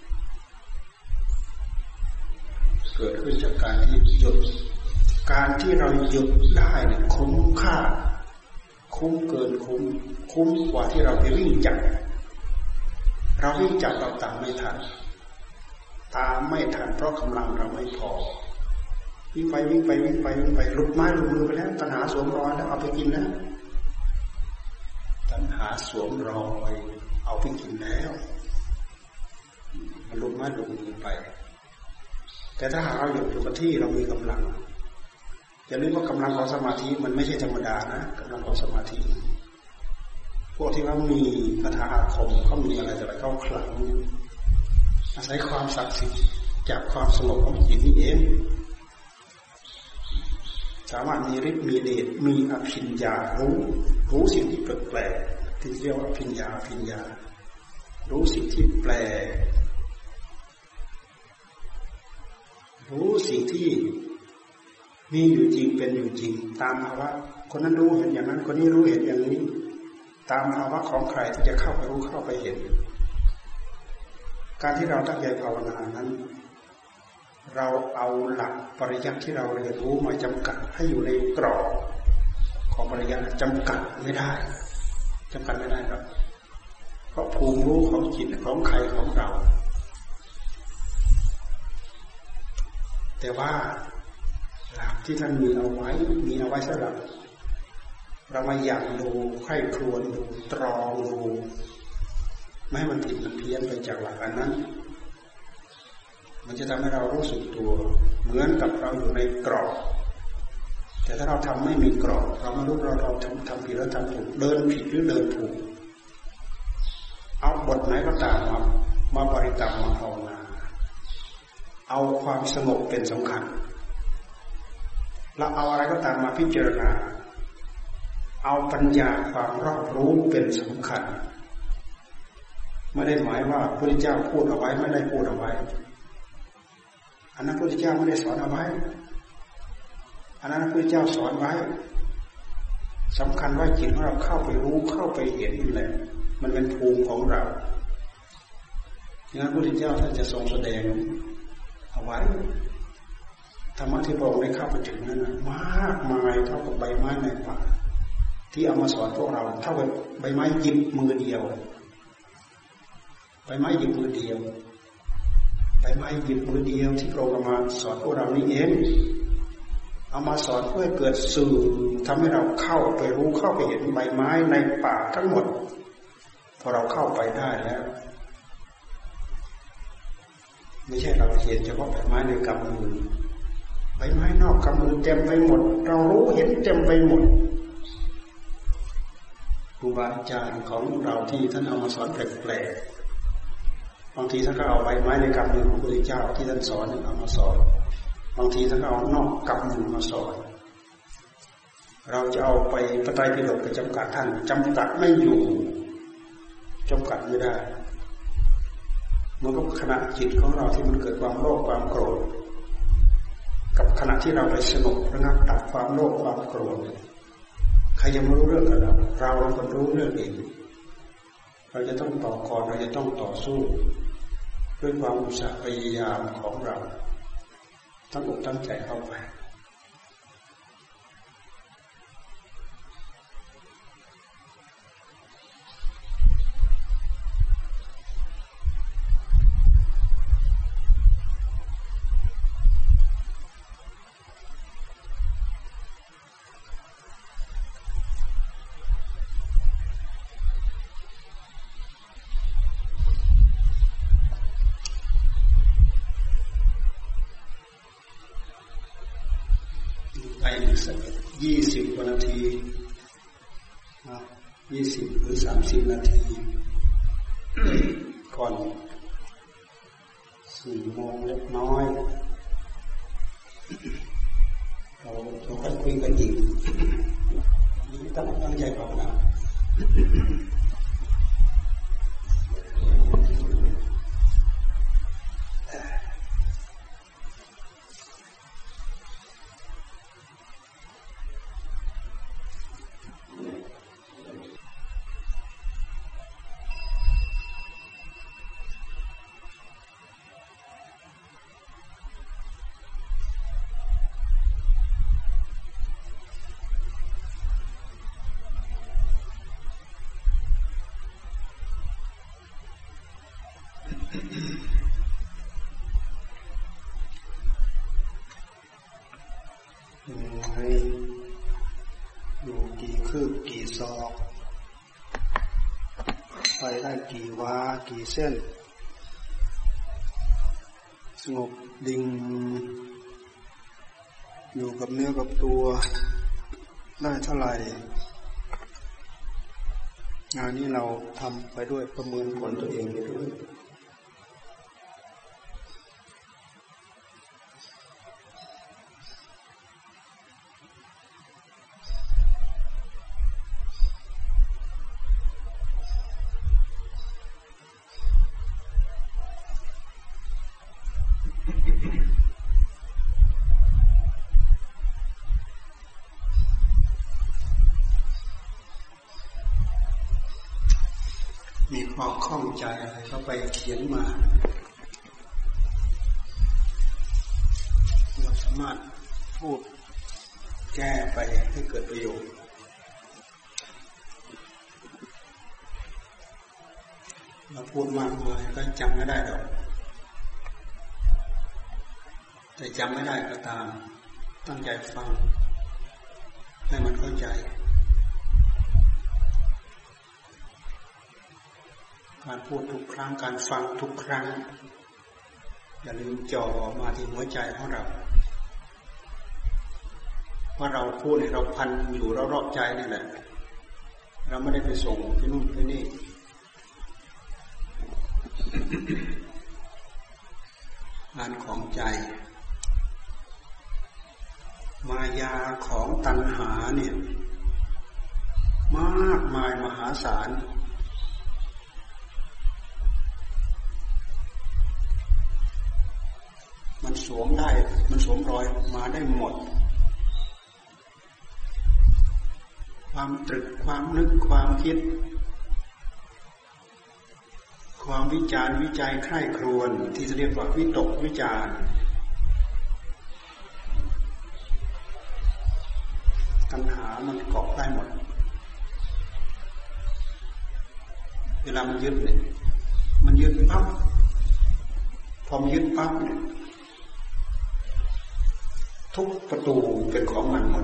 เกิดขึ้นจากการที่หยุดการที่เราหยุดได้เนี่ยคุ้มค่าคุ้มเกินคุ้มกว่าที่เราไปวิ่งจับเราวิ่งจับเราตามไม่ทันเพราะกำลังเราไม่พอวิ่งไปหลุดไม้หลุดมือไปแล้วตัณหาสวมรอยแล้วเอาไปกินแล้วตัณหาสวมรอยเอาไปกินแล้วมันหลุดไม้หลุดมือไปแต่ถ้าหากเราอยู่กับที่เรามีกำลังอย่าลืมว่ากำลังของสมาธิมันไม่ใช่ธรรมดานะกำลังของสมาธิพวกที่ว่ามีคาถาอาคมเขามีอะไรแต่เขาขลังอาศัยความศักดิ์สิทธิ์จากความสงบของจิตนี่เองสามารถมีฤทธิ์มีเดชมีอภิญญารู้สิ่งที่แปลกๆที่เรียกว่าอภิญญารู้สิ่งที่แปลกรู้สิ่งที่มีอยู่จริงเป็นอยู่จริงตามภาวะคนนั้นรู้เห็นอย่างนั้นคนนี้รู้เห็นอย่างนี้ตามภาวะของใครที่จะเข้าไปรู้เข้าไปเห็นการที่เราตั้งใจภาวนานั้นเราเอาหลักปริยัติที่เราเรียนรู้มาจำกัดให้อยู่ในกรอบของปริยัติจำกัดไม่ได้ครับเพราะภูมิรู้ของจิตของใครของเราแต่ว่าหลักที่ท่านมีเอาไว้สำหรับเรามาอยากดูใคร่ครวญดูตรองดูไม่ให้มันผิดมันเพี้ยนไปจากหลักอันนั้นมันจะทำให้เรารู้สึกตัวเหมือนกับเราอยู่ในกรอบแต่ถ้าเราทำไม่มีกรอบเราไม่รู้เราทำผิดแล้วทำถูกเดินผิดหรือเดินถูกเอาบทไหนก็ตามมาบริกรรมมาภาวนาเอาความสงบเป็นสำคัญแล้วเอาอะไรก็ตามมาพิจารณาเอาปัญญาความรอบรู้เป็นสำคัญไม่ได้หมายว่าพระพุทธเจ้าพูดเอาไว้ไม่ได้พูดเอาไว้อันนั้นพระพุทธเจ้าไม่ได้สอนเอาไว้อันนั้นพระพุทธเจ้าสอนไว้สำคัญว่าจิตของเราเข้าไปรู้เข้าไปเห็นอยู่แล้วมันเป็นภูมิของเราอย่างนั้นพระพุทธเจ้าท่านจะทรงแสดงเอาไว้ธรรมะที่พระองค์ได้เข้าไปถึงนั้นมากมายเท่ากับใบไม้ในป่าที่เอามาสอนพวกเราเท่ากับใบไม้หยิบมือเดียวใบไม้หยิบมือเดียวใบไม้หยิบมือเดียวที่พระองค์มาสอนพวกเรานี่เองเอามาสอนเพื่อให้เกิดสื่อทำให้เราเข้าไปรู้เข้าไปเห็นใบไม้ในป่าทั้งหมดพอเราเข้าไปได้แล้วไม่ใช่เราเห็นเฉพาะใบไม้ในกำมือใบไม้นอกกำมือเต็มไปหมดเรารู้เห็นเต็มไปหมดครูบาอาจารย์ของเราที่ท่านเอามาสอนแปลกๆบางทีท่านก็เอาใบไม้ในกำมือของพระพุทธเจ้าที่ท่านสอนเอามาสอนบางทีท่านก็เอานอกกำมือมาสอนเราจะเอาไปพระไตรปิฎกไปจำกัดท่านจำกัดไม่อยู่จำกัดไม่ได้มันก็ขณะจิตของเราที่มันเกิดความโลภความโกรธกับขณะที่เราไปสงบระงับดับความโลภความโกรธใครยังไม่รู้เรื่องกับเราคนรู้เรื่องเองเราจะต้องต่อกรเราจะต้องต่อสู้ด้วยความอุตสาห์พยายามของเราตั้งอกตั้งใจเข้าไปสัก20 กว่านาที20 หรือ 30 นาทีก่อน4 โมงเล็กน้อยเราค่อยคุยกันอีกนี่ตั้งใจภาวนาให้อยู่กี่คืบกี่ศอกไปได้กี่วากี่เส้นสงบดิ่งอยู่กับเนื้อกับตัวได้เท่าไหร่งานนี้เราทำไปด้วยประเมินผลตัวเองไปด้วยมีความข้องใจอะไรเข้าไปเขียนมาเราสามารถพูดแก้ไปให้เกิดประโยชน์เราพูดมากมายก็จำไม่ได้หรอกแต่จำไม่ได้ก็ตามตั้งใจฟังให้มันเข้าใจการพูดทุกครั้งการฟังทุกครั้งอย่าลืมจ่อมาที่หัวใจของเราว่าเราพูดเนี่ยเราพันอยู่รอบๆใจนี่แหละเราไม่ได้ไปส่งที่นู่นที่นี่งานของใจมายาของตัณหาเนี่ยมากมายมหาศาลมันสวมได้มันสวมรอยมาได้หมดความตรึกความนึกความคิดความวิจารณ์วิจัยใคร่ครวญที่เรียกว่าวิตกวิจารณ์ตัณหามันเกาะได้หมดเวลามันยึดเนี่ยมันยึดปั๊บพอมันยึดปั๊บเนี่ยทุกประตูเป็นของมันหมด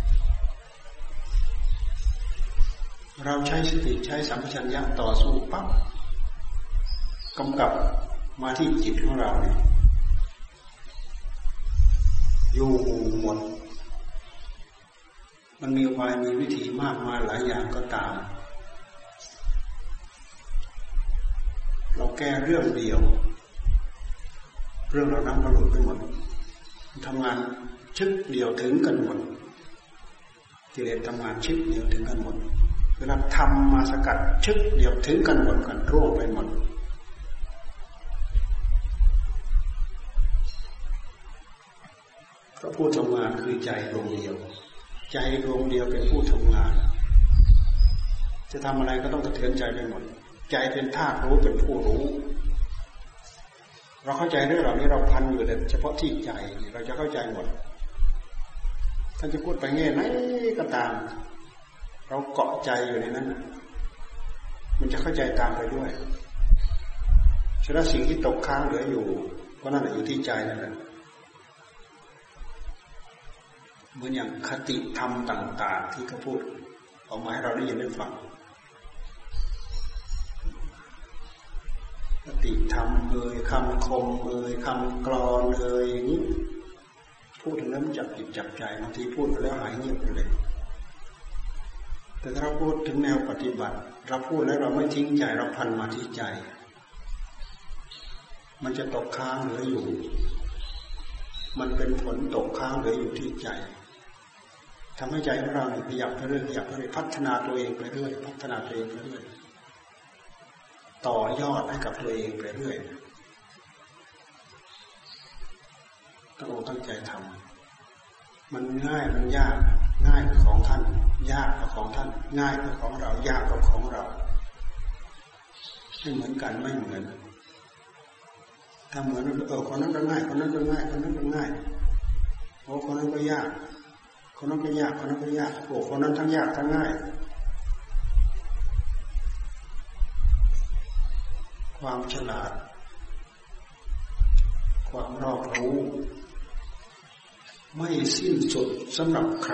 เราใช้สติใช้สัมปชัญญะต่อสู้ปั๊บกำกับมาที่จิตของเราเนี่ยอยู่หมดมันมีอุบายมีวิธีมากมายหลายอย่างก็ตามเราแก้เรื่องเดียวเรื่องเรานั้นเราหลุดไปหมดทำงานชึกเดียวถึงกันหมดกิเลสทำงานชึกเดียวถึงกันหมดเวลาทำมาสกัดชึกเดียวถึงกันหมดกันร่วงไปหมดเพราะผู้ทำงานคือใจดวงเดียวใจดวงเดียวเป็นผู้ทำงานจะทำอะไรก็ต้องกระเทือนใจไปหมดใจเป็นธาตุรู้เป็นผู้รู้เราเข้าใจเรื่องเหล่านี้เราพันอยู่แต่เฉพาะที่ใจเราจะเข้าใจหมดท่านจะพูดไปแง่ไหนก็ตามเราเกาะใจอยู่ในนั้นมันจะเข้าใจตามไปด้วยฉะนั้นสิ่งที่ตกค้างเหลืออยู่เพราะนั่นอยู่ที่ใจนั่นแหละเหมือนอย่างคติธรรมต่างๆที่เขาพูดออกมาให้เราได้ยินได้ฟังคติธรรมคำคมคำกลอนอย่างนี้พูดถึงแล้วมันจับจิตจับใจบางทีพูดไปแล้วหายเงียบไปเลยแต่ถ้าเราพูดถึงแนวปฏิบัติเราพูดแล้วเราไม่ทิ้งใจเราพันมาที่ใจมันจะตกค้างเหลืออยู่มันเป็นผลตกค้างเหลืออยู่ที่ใจทำให้ใจของเราขยับไปเรื่อยขยับไปเรื่อยพัฒนาตัวเองไปเรื่อยพัฒนาตัวเองไปเรื่อยต่อยอดให้กับตัวเองไปเรื่อยตั้งใจทำมันง่ายมันยากง่ายกับของท่านยากกับของท่านง่ายกับของเรายากกับของเราไม่เหมือนกันไม่เหมือนถ้าเหมือนคนนั้นก็ง่ายคนนั้นก็ง่ายคนนั้นก็ง่ายโอ้คนนั้นก็ยากคนนั้นก็ยากคนนั้นก็ยากโอ้คนนั้นทั้งยากทั้งง่ายความฉลาดความรอบรู้ไม่สิ้นสุดสำหรับใคร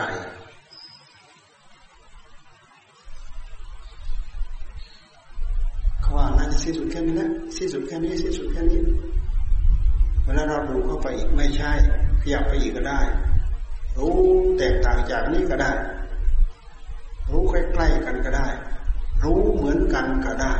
เขาว่าน่าจะสิ้นสุดแค่นี้นะสิ้นสุดแค่นี้สิ้นสุดแค่นี้เวลาเราดูเข้าไปอีกไม่ใช่ขยับไปอีกก็ได้รู้แตกต่างจากนี้ก็ได้รู้ใกล้ๆกันก็ได้รู้เหมือนกันก็ได้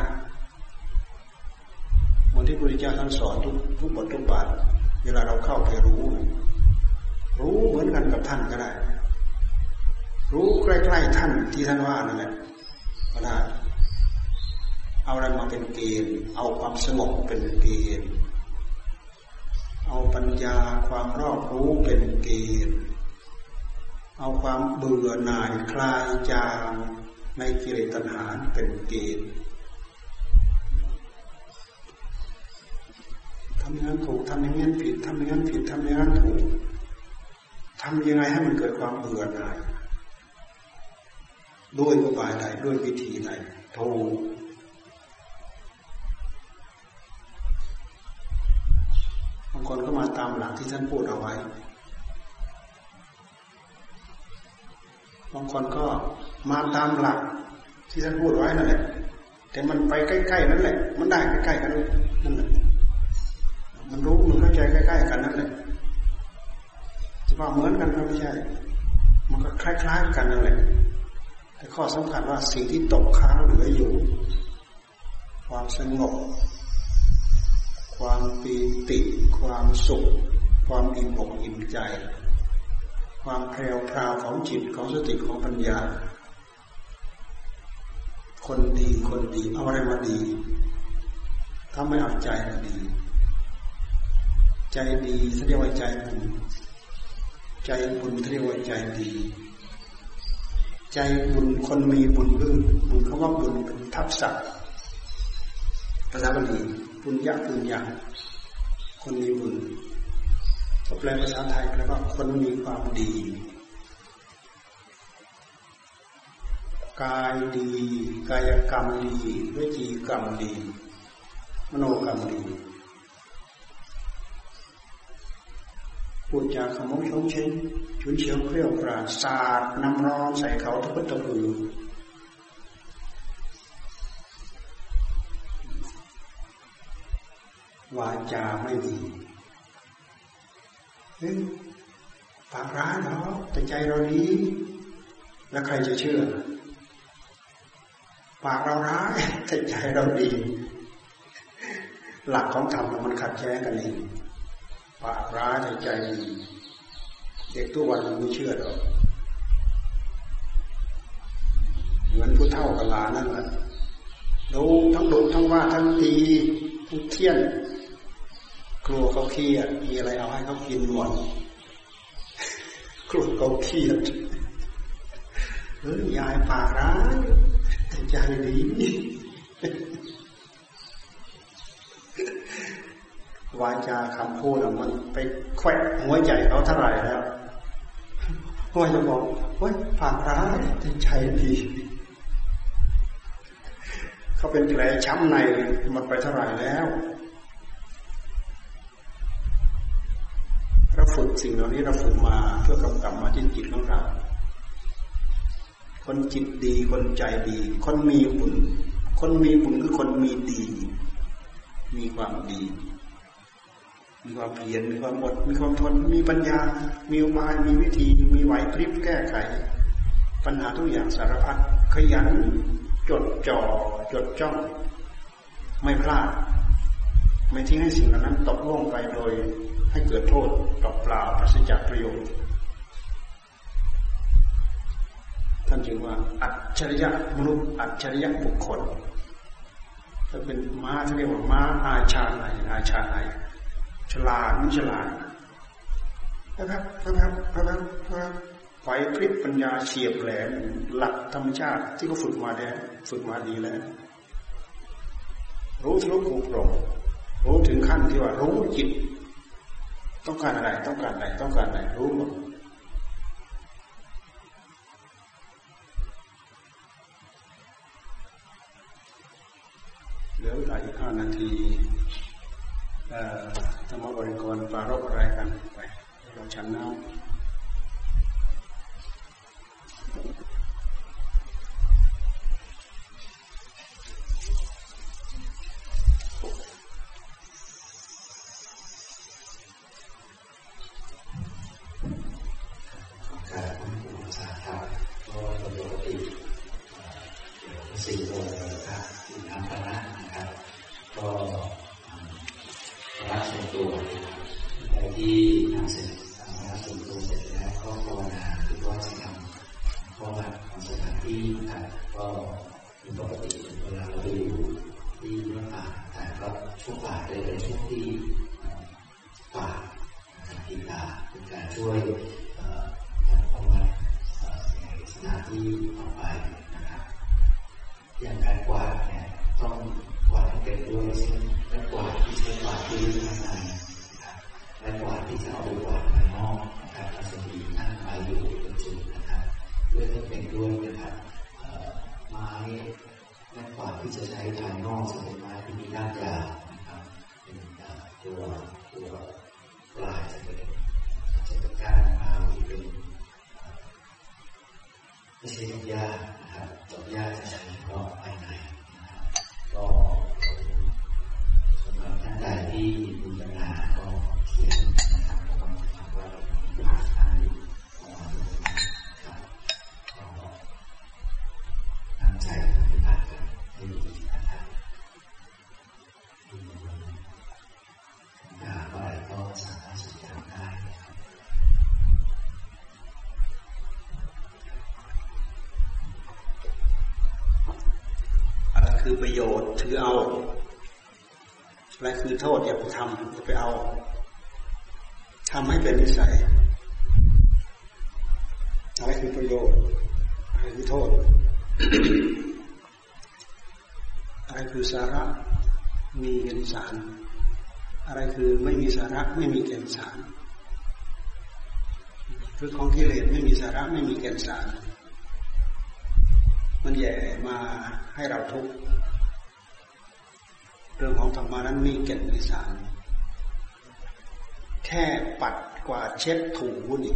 เหมือนที่พระพุทธเจ้าท่านสอนทุกบททุกบาทเวลาเราเข้าไปรู้เหมือนกันกับท่านก็ได้รู้ใกล้ๆท่านที่ท่านว่านั่นแหละก็ได้เอาอะไรมาเป็นเกณฑ์เอาความสงบเป็นเกณฑ์เอาปัญญาความรอบรู้เป็นเกณฑ์เอาความเบื่อหน่ายคลายจางในกิเลสตัณหาเป็นเกณฑ์ทำอย่างนั้นถูกทำอย่างนั้นผิดทำอย่างนั้นผิดทำอย่างนั้นถูกทำยังไงให้มันเกิดความเบื่อหน่ายด้วยอุบายใดด้วยวิธีใดถูกบางคนก็มาตามหลักที่ท่านพูดเอาไว้บางคนก็มาตามหลักที่ท่านพูดไว้นั่นแหละแต่มันไปใกล้ๆนั่นแหละมันได้ใกล้ๆกันนั่นแหละมันรู้มันเข้าใจใกล้ๆกันนั่นแหละจะว่าเหมือนกันก็ไม่ใช่มันก็คล้ายๆกันนั่นแหละแต่ข้อสำคัญว่าสิ่งที่ตกค้างเหลืออยู่ความสงบความปีติความสุขความอิ่มอกอิ่มใจความแพรวพราวของจิตของสติของปัญญาคนดีเอาอะไรมาดีถ้าไม่เอาใจมาดีใจดีเรียกว่าใจบุญใจบุญเรียกว่าใจดีใจบุญคนมีบุญบุญคำว่าบุญเป็นทับศัพท์ภาษาบาลีบุญยะคนมีบุญแปลภาษาไทยแปลว่าคนมีความดีกายดีกายกรรมดีวจีกรรมดีมโนกรรมดีพูดจาขโมยชงเชงฉุนเฉียวเครี่ยวกราดสาดน้ำร้อนใส่เขาทุกตะพือวาจาไม่ดีปากร้ายเหรอแต่ใจเราดีแล้วใครจะเชื่อปากเราร้ายแต่ใจเราดีหลักของธรรมมันขัดแย้งกันเองปากร้ายใจดีเด็กตัววันมันไม่เชื่อหรอกเหมือนผู้เฒ่ากับหลานนั่นแหละดูทั้งดุทั้งว่าทั้งตีทั้งเคี่ยนกลัวเขาเครียดมีอะไรเอาให้เขากินหมดกลัวเขาเครียดยายปากร้ายใจดีวาจาคำพูดมันไปแขวะหัวใจเขาเท่าไหร่แล้วพ่อจะบอกว่าปากร้ายใจดีเขาเป็นแผลช้ำในมันไปเท่าไหร่แล้วเราฝึกสิ่งเหล่านี้เราฝึกมาเพื่อกำกับมาที่จิตของเราคนจิตดีคนใจดีคนมีบุญคนมีบุญคือคนมีดีมีความดีมีความเพียรมีความอดมีความทนมีปัญญามีอุบายมีวิธีมีไหวพริบแก้ไขปัญหาทุกอย่างสารพัดขยันจดจ่อจดจ้องไม่พลาดไม่ทิ้งให้สิ่งเหล่านั้นตกล่วงไปโดยให้เกิดโทษเปล่าปราศจากประโยชน์ท่านจึงว่าอัจฉริยะมนุษย์อัจฉริยะบุคคลถ้าเป็นม้าที่เรียกว่าม้าอาชาไนอาชาไนฉลาดไม่ฉลาดนะครับไฟพริบปัญญาเฉียบแหลมหลักธรรมชาติที่เขาฝึกมาแล้วฝึกมาดีแล้วรู้ทะลุปูโปร่งรู้ถึงขั้นที่ว่ารู้จิตต้องการอะไรต้องการอะไรต้องการอะไรรู้หมดเหลือเวลาอีก5 นาทีธรรมบริกรปรารภอะไรกันไปเราฉันน้ำ 4 โมงนะครับที่ทางคณะนะครับก็รับส่วนตัวไปที่ทำเสร็จรับส่วนตัวเสร็จแล้วก็ภาวนาคือว่าจะทำข้อวัดของสถานที่นะครับก็เป็นปกติเวลาเราไปอยู่ที่เรื่องป่าแต่ก็ช่วงป่าจะเป็นช่วงที่ป่าที่ป่าเป็นการช่วยทำข้อวัดในสถานที่ต่อไปอย่างการกวาดเนี่ยต้องกวาดให้เป็นด้วยเช่นและกวาดที่ใช้กวาดที่ภายในนะครับและกวาดที่จะเอาไปกวาดภายนอกนะครับอาศัยนั่งไปอยู่เป็นจุดนะครับด้วยให้เป็นด้วยนะครับไม้และกวาดที่จะใช้ภายนอกจะเป็นไม้ที่มีด้ามยาวนะครับเป็นตัวปลายจะเป็นก้านมะพร้าวที่เป็นไม่ใช่ดอกหญ้านะครับดอกหญ้าจะใช้เฉพาะภายในนะครับก็สำหรับท่านใดที่มีปัญหาก็เขียนนะครับก็ต้องทำว่าผ่านทางอยู่นะครับก็ตั้งใจปฏิบัติกันให้ดีนะครับอะไรก็สามารถทำได้คือประโยชน์ถือเอาอะไรคือโทษอย่าไปทำอย่าไปเอาทำให้เป็นนิสัยอะไรคือประโยชน์อะไรคือโทษ อะไรคือสาระมีแก่นสารอะไรคือไม่มีสาระไม่มีแก่นสารคือของกิเลสไม่มีสาระไม่มีแก่นสารมันแย่มาให้เราทุกข์เรื่องของธรรมะนั้นมีแก่นมีสารแค่ปัดกวาดเช็ดถูนี่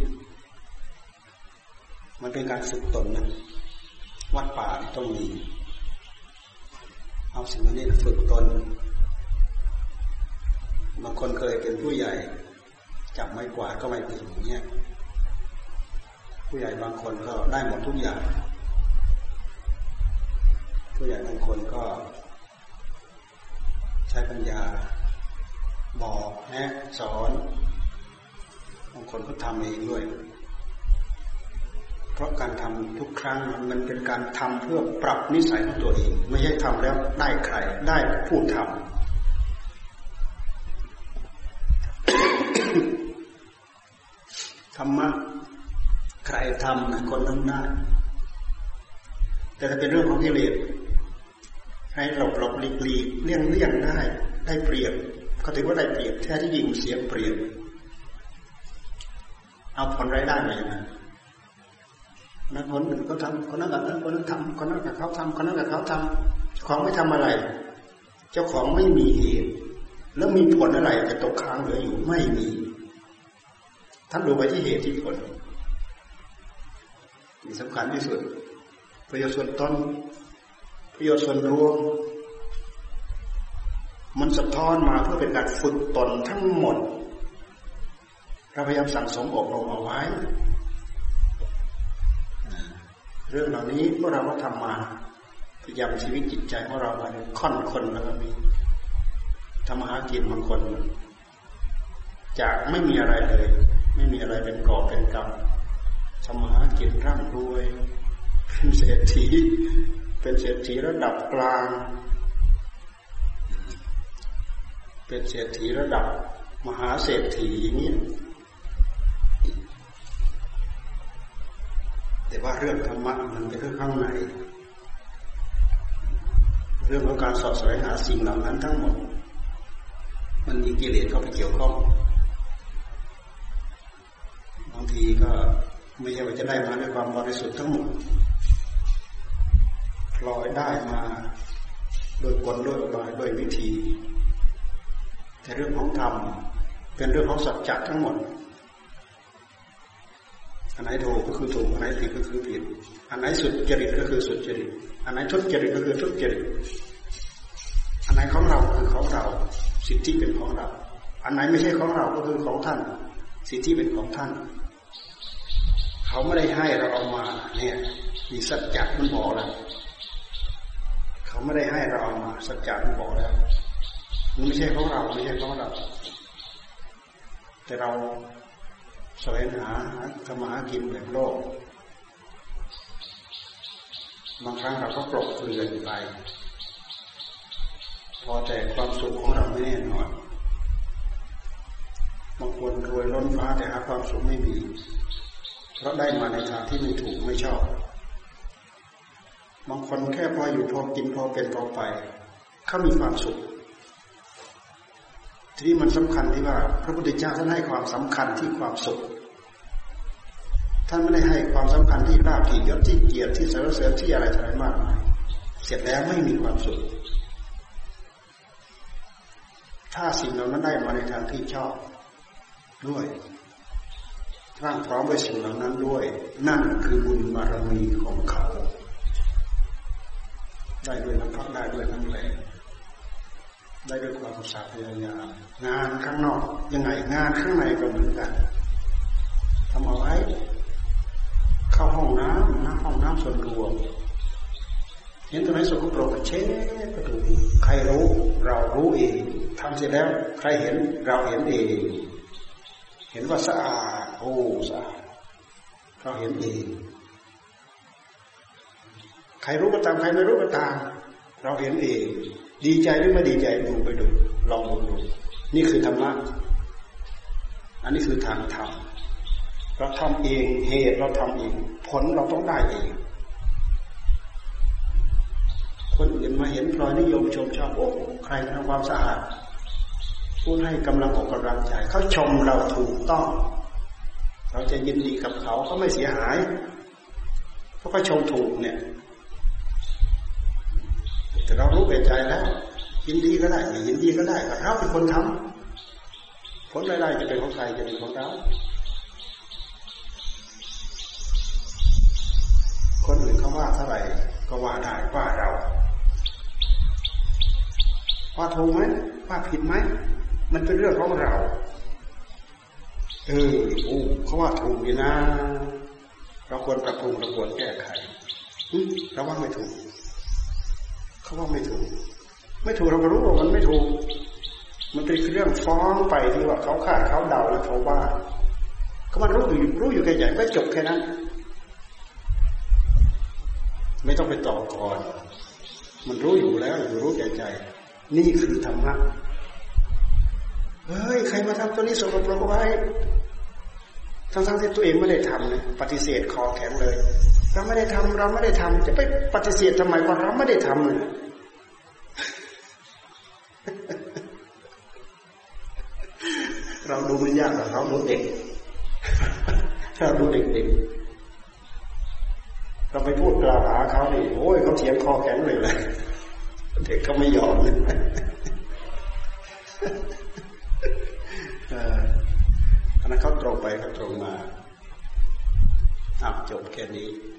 มันเป็นการฝึกตนนะวัดป่าต้องมีเอาสิ่งนี้ฝึกตนบางคนเคยเป็นผู้ใหญ่จับไม้กวาดก็ไม่เป็นอย่างเงี้ยผู้ใหญ่บางคนก็ได้หมดทุกอย่างผู้ใหญ่บางคนก็ใช้ปัญญาบอกแนะสอนบางคนก็ทำเองด้วยเพราะการทำทุกครั้งมันเป็นการทำเพื่อปรับนิสัยของตัวเองไม่ใช่ทำแล้วได้ใครได้ผู้ทำ ธรรมะใครทำนะคนนั้นได้แต่ถ้าเป็นเรื่องของกิเลสให้หลบหลีกเลี่ยงได้เปรียบก็ถือว่าได้เปรียบแท้ที่จริงเสียเปรียบเอาผลรายได้มาอย่างนั้นนักคนอื่นก็ทำคนนั้นกับคนนั้นทำคนนั้นกับเขาทำคนนั้นกับเขาทำของไม่ทำอะไรเจ้าของไม่มีเหตุแล้วมีผลอะไรจะตกค้างเหลืออยู่ไม่มีท่านดูไปที่เหตุที่ผลที่สำคัญที่สุดประโยชน์ส่วนตนประโยชน์ส่วนรวมมันสะท้อนมาเพื่อเป็นการฝึกตนทั้งหมดเราพยายามสั่งสมอบรมเอาไว้เรื่องเหล่านี้พวกเราก็ทำมาพยายามชีวิตจิตใจของเรามาค่อนคนแล้วก็มีทำมาหากินบางคนจากไม่มีอะไรเลยไม่มีอะไรเป็นกอบเป็นกำทำมาหากินร่ำรวยเป็นเศรษฐีระดับกลางเป็นเศรษฐีระดับมหาเศรษฐีอย่างนี้แต่ว่าเรื่องธรรมะมันเป็นเรื่องข้างในเรื่องของการสอบแสวงหาสิ่งเหล่านั้นทั้งหมดมันมีกิเลสเข้าไปเกี่ยวข้องบางทีก็ไม่ใช่ว่าจะได้มาด้วยความบริสุทธิ์ทั้งหมดพลอยได้มาโดยกลด้วยอุบายด้วยวิธีแต่เรื่องของธรรมเป็นเรื่องของสัจจะทั้งหมดอันไหนถูกก็คือถูกอันไหนผิดก็คือผิดอันไหนสุจริตก็คือสุจริตอันไหนทุจริตก็คือทุจริตอันไหนของเราคือของเราสิทธิเป็นของเราอันไหนไม่ใช่ของเราก็คือของท่านสิทธิเป็นของท่านเขาไม่ได้ให้เราเอามาเนี่ยมีสัจจะมันบอกแล้วเขาไม่ได้ให้เราเอามาสัจจะมันบอกแล้วมันไม่ใช่ของเราไม่ใช่ของเราแต่เราแสวงหาทำมาหากินแบบโลกบางครั้งเราก็ปลดเปลือยไปพอแต่ความสุขของเราไม่แน่นอนบางคนรวยล้นฟ้าแต่หาความสุขไม่มีเพราะได้มาในทางที่ไม่ถูกไม่ชอบบางคนแค่พออยู่พอกินพอเป็นพอไปเขามีความสุขทีนี้มันสำคัญที่ว่าพระพุทธเจ้าท่านให้ความสำคัญที่ความสุขท่านไม่ได้ให้ความสำคัญที่ลาภที่ยศที่เกียรติที่สรรเสริญที่อะไรต่างๆมากมายเสร็จแล้วไม่มีความสุขถ้าสิ่งเหล่านั้นได้มาในทางที่ชอบด้วยร่างพร้อมด้วยสิ่งเหล่านั้นด้วยนั่นคือบุญบารมีของเขาได้ด้วยน้ำพักได้ด้วยน้ำแรงได้ด้วยความอุตสาห์พยายามงานข้างนอกยังไงงานข้างในก็เหมือนกันทำเอาไว้เข้าห้องน้ำห้องน้ำส่วนรวมเห็นตรงไหนสกปรกก็เช็ดก็ดูใครรู้เรารู้เองทำเสร็จแล้วใครเห็นเราเห็นเองเห็นว่าสะอาดโอ้สะอาดเราเห็นเองใครรู้ก็ตามใครไม่รู้ก็ตามเราเห็นเองดีใจหรือไม่ดีใจดูไปดูลองดูนี่คือธรรมะอันนี้คือทางธรรมเราทำเองเหตุเราทำเองผลเราต้องได้เองคนอื่นมาเห็นพลอยนิยมชมชอบโอ้ใครทำความสะอาดพูดให้กำลังอกกำลังใจเขาชมเราถูกต้องเราจะยินดีกับเขาเขาไม่เสียหายเพราะเขาชมถูกเนี่ยแต่เรารู้แก่ใจแล้วยินดีก็ได้ไม่ยินดีก็ได้เราเป็นคนทำผลรายได้จะเป็นของใครจะเป็นของเราคนอื่นเขาว่าเท่าไหร่ก็ว่าได้ว่าเราว่าถูกไหมว่าผิดไหมมันเป็นเรื่องของเราเขาว่าถูกดีนะเราควรปรับปรุงเราควรแก้ไขเราว่าไม่ถูกเขาว่าไม่ถูกเราก็รู้ว่ามันไม่ถูกมันเป็นเรื่องฟ้องไปที่ว่าเขาคาดเขาเดาแล้วเขาว่าก็มันรู้อยู่แค่ใหญ่ก็จบแค่นั้นไม่ต้องไปต่อก่อนมันรู้อยู่แล้วรู้ใจใจนี่คือธรรมะเฮ้ยใครมาทำตัวนี้สกปรกไว้ทั้งที่ตัวเองไม่ได้ทำเลยปฏิเสธคอแข็งเลยเราไม่ได้ทำจะไปปฏิเสธทำไมว่าเราไม่ได้ทำเลยเราดูไม่ยากหรอกเราดูเด็กเราดูเด็กเราไปพูดกล่าวหาเขาดิโอ้ยเขาเถียงคอแข็งเลยเด็กก็ไม่ยอมเลยอันนั้นเขาตรงไปเขาตรงมาจบแค่นี้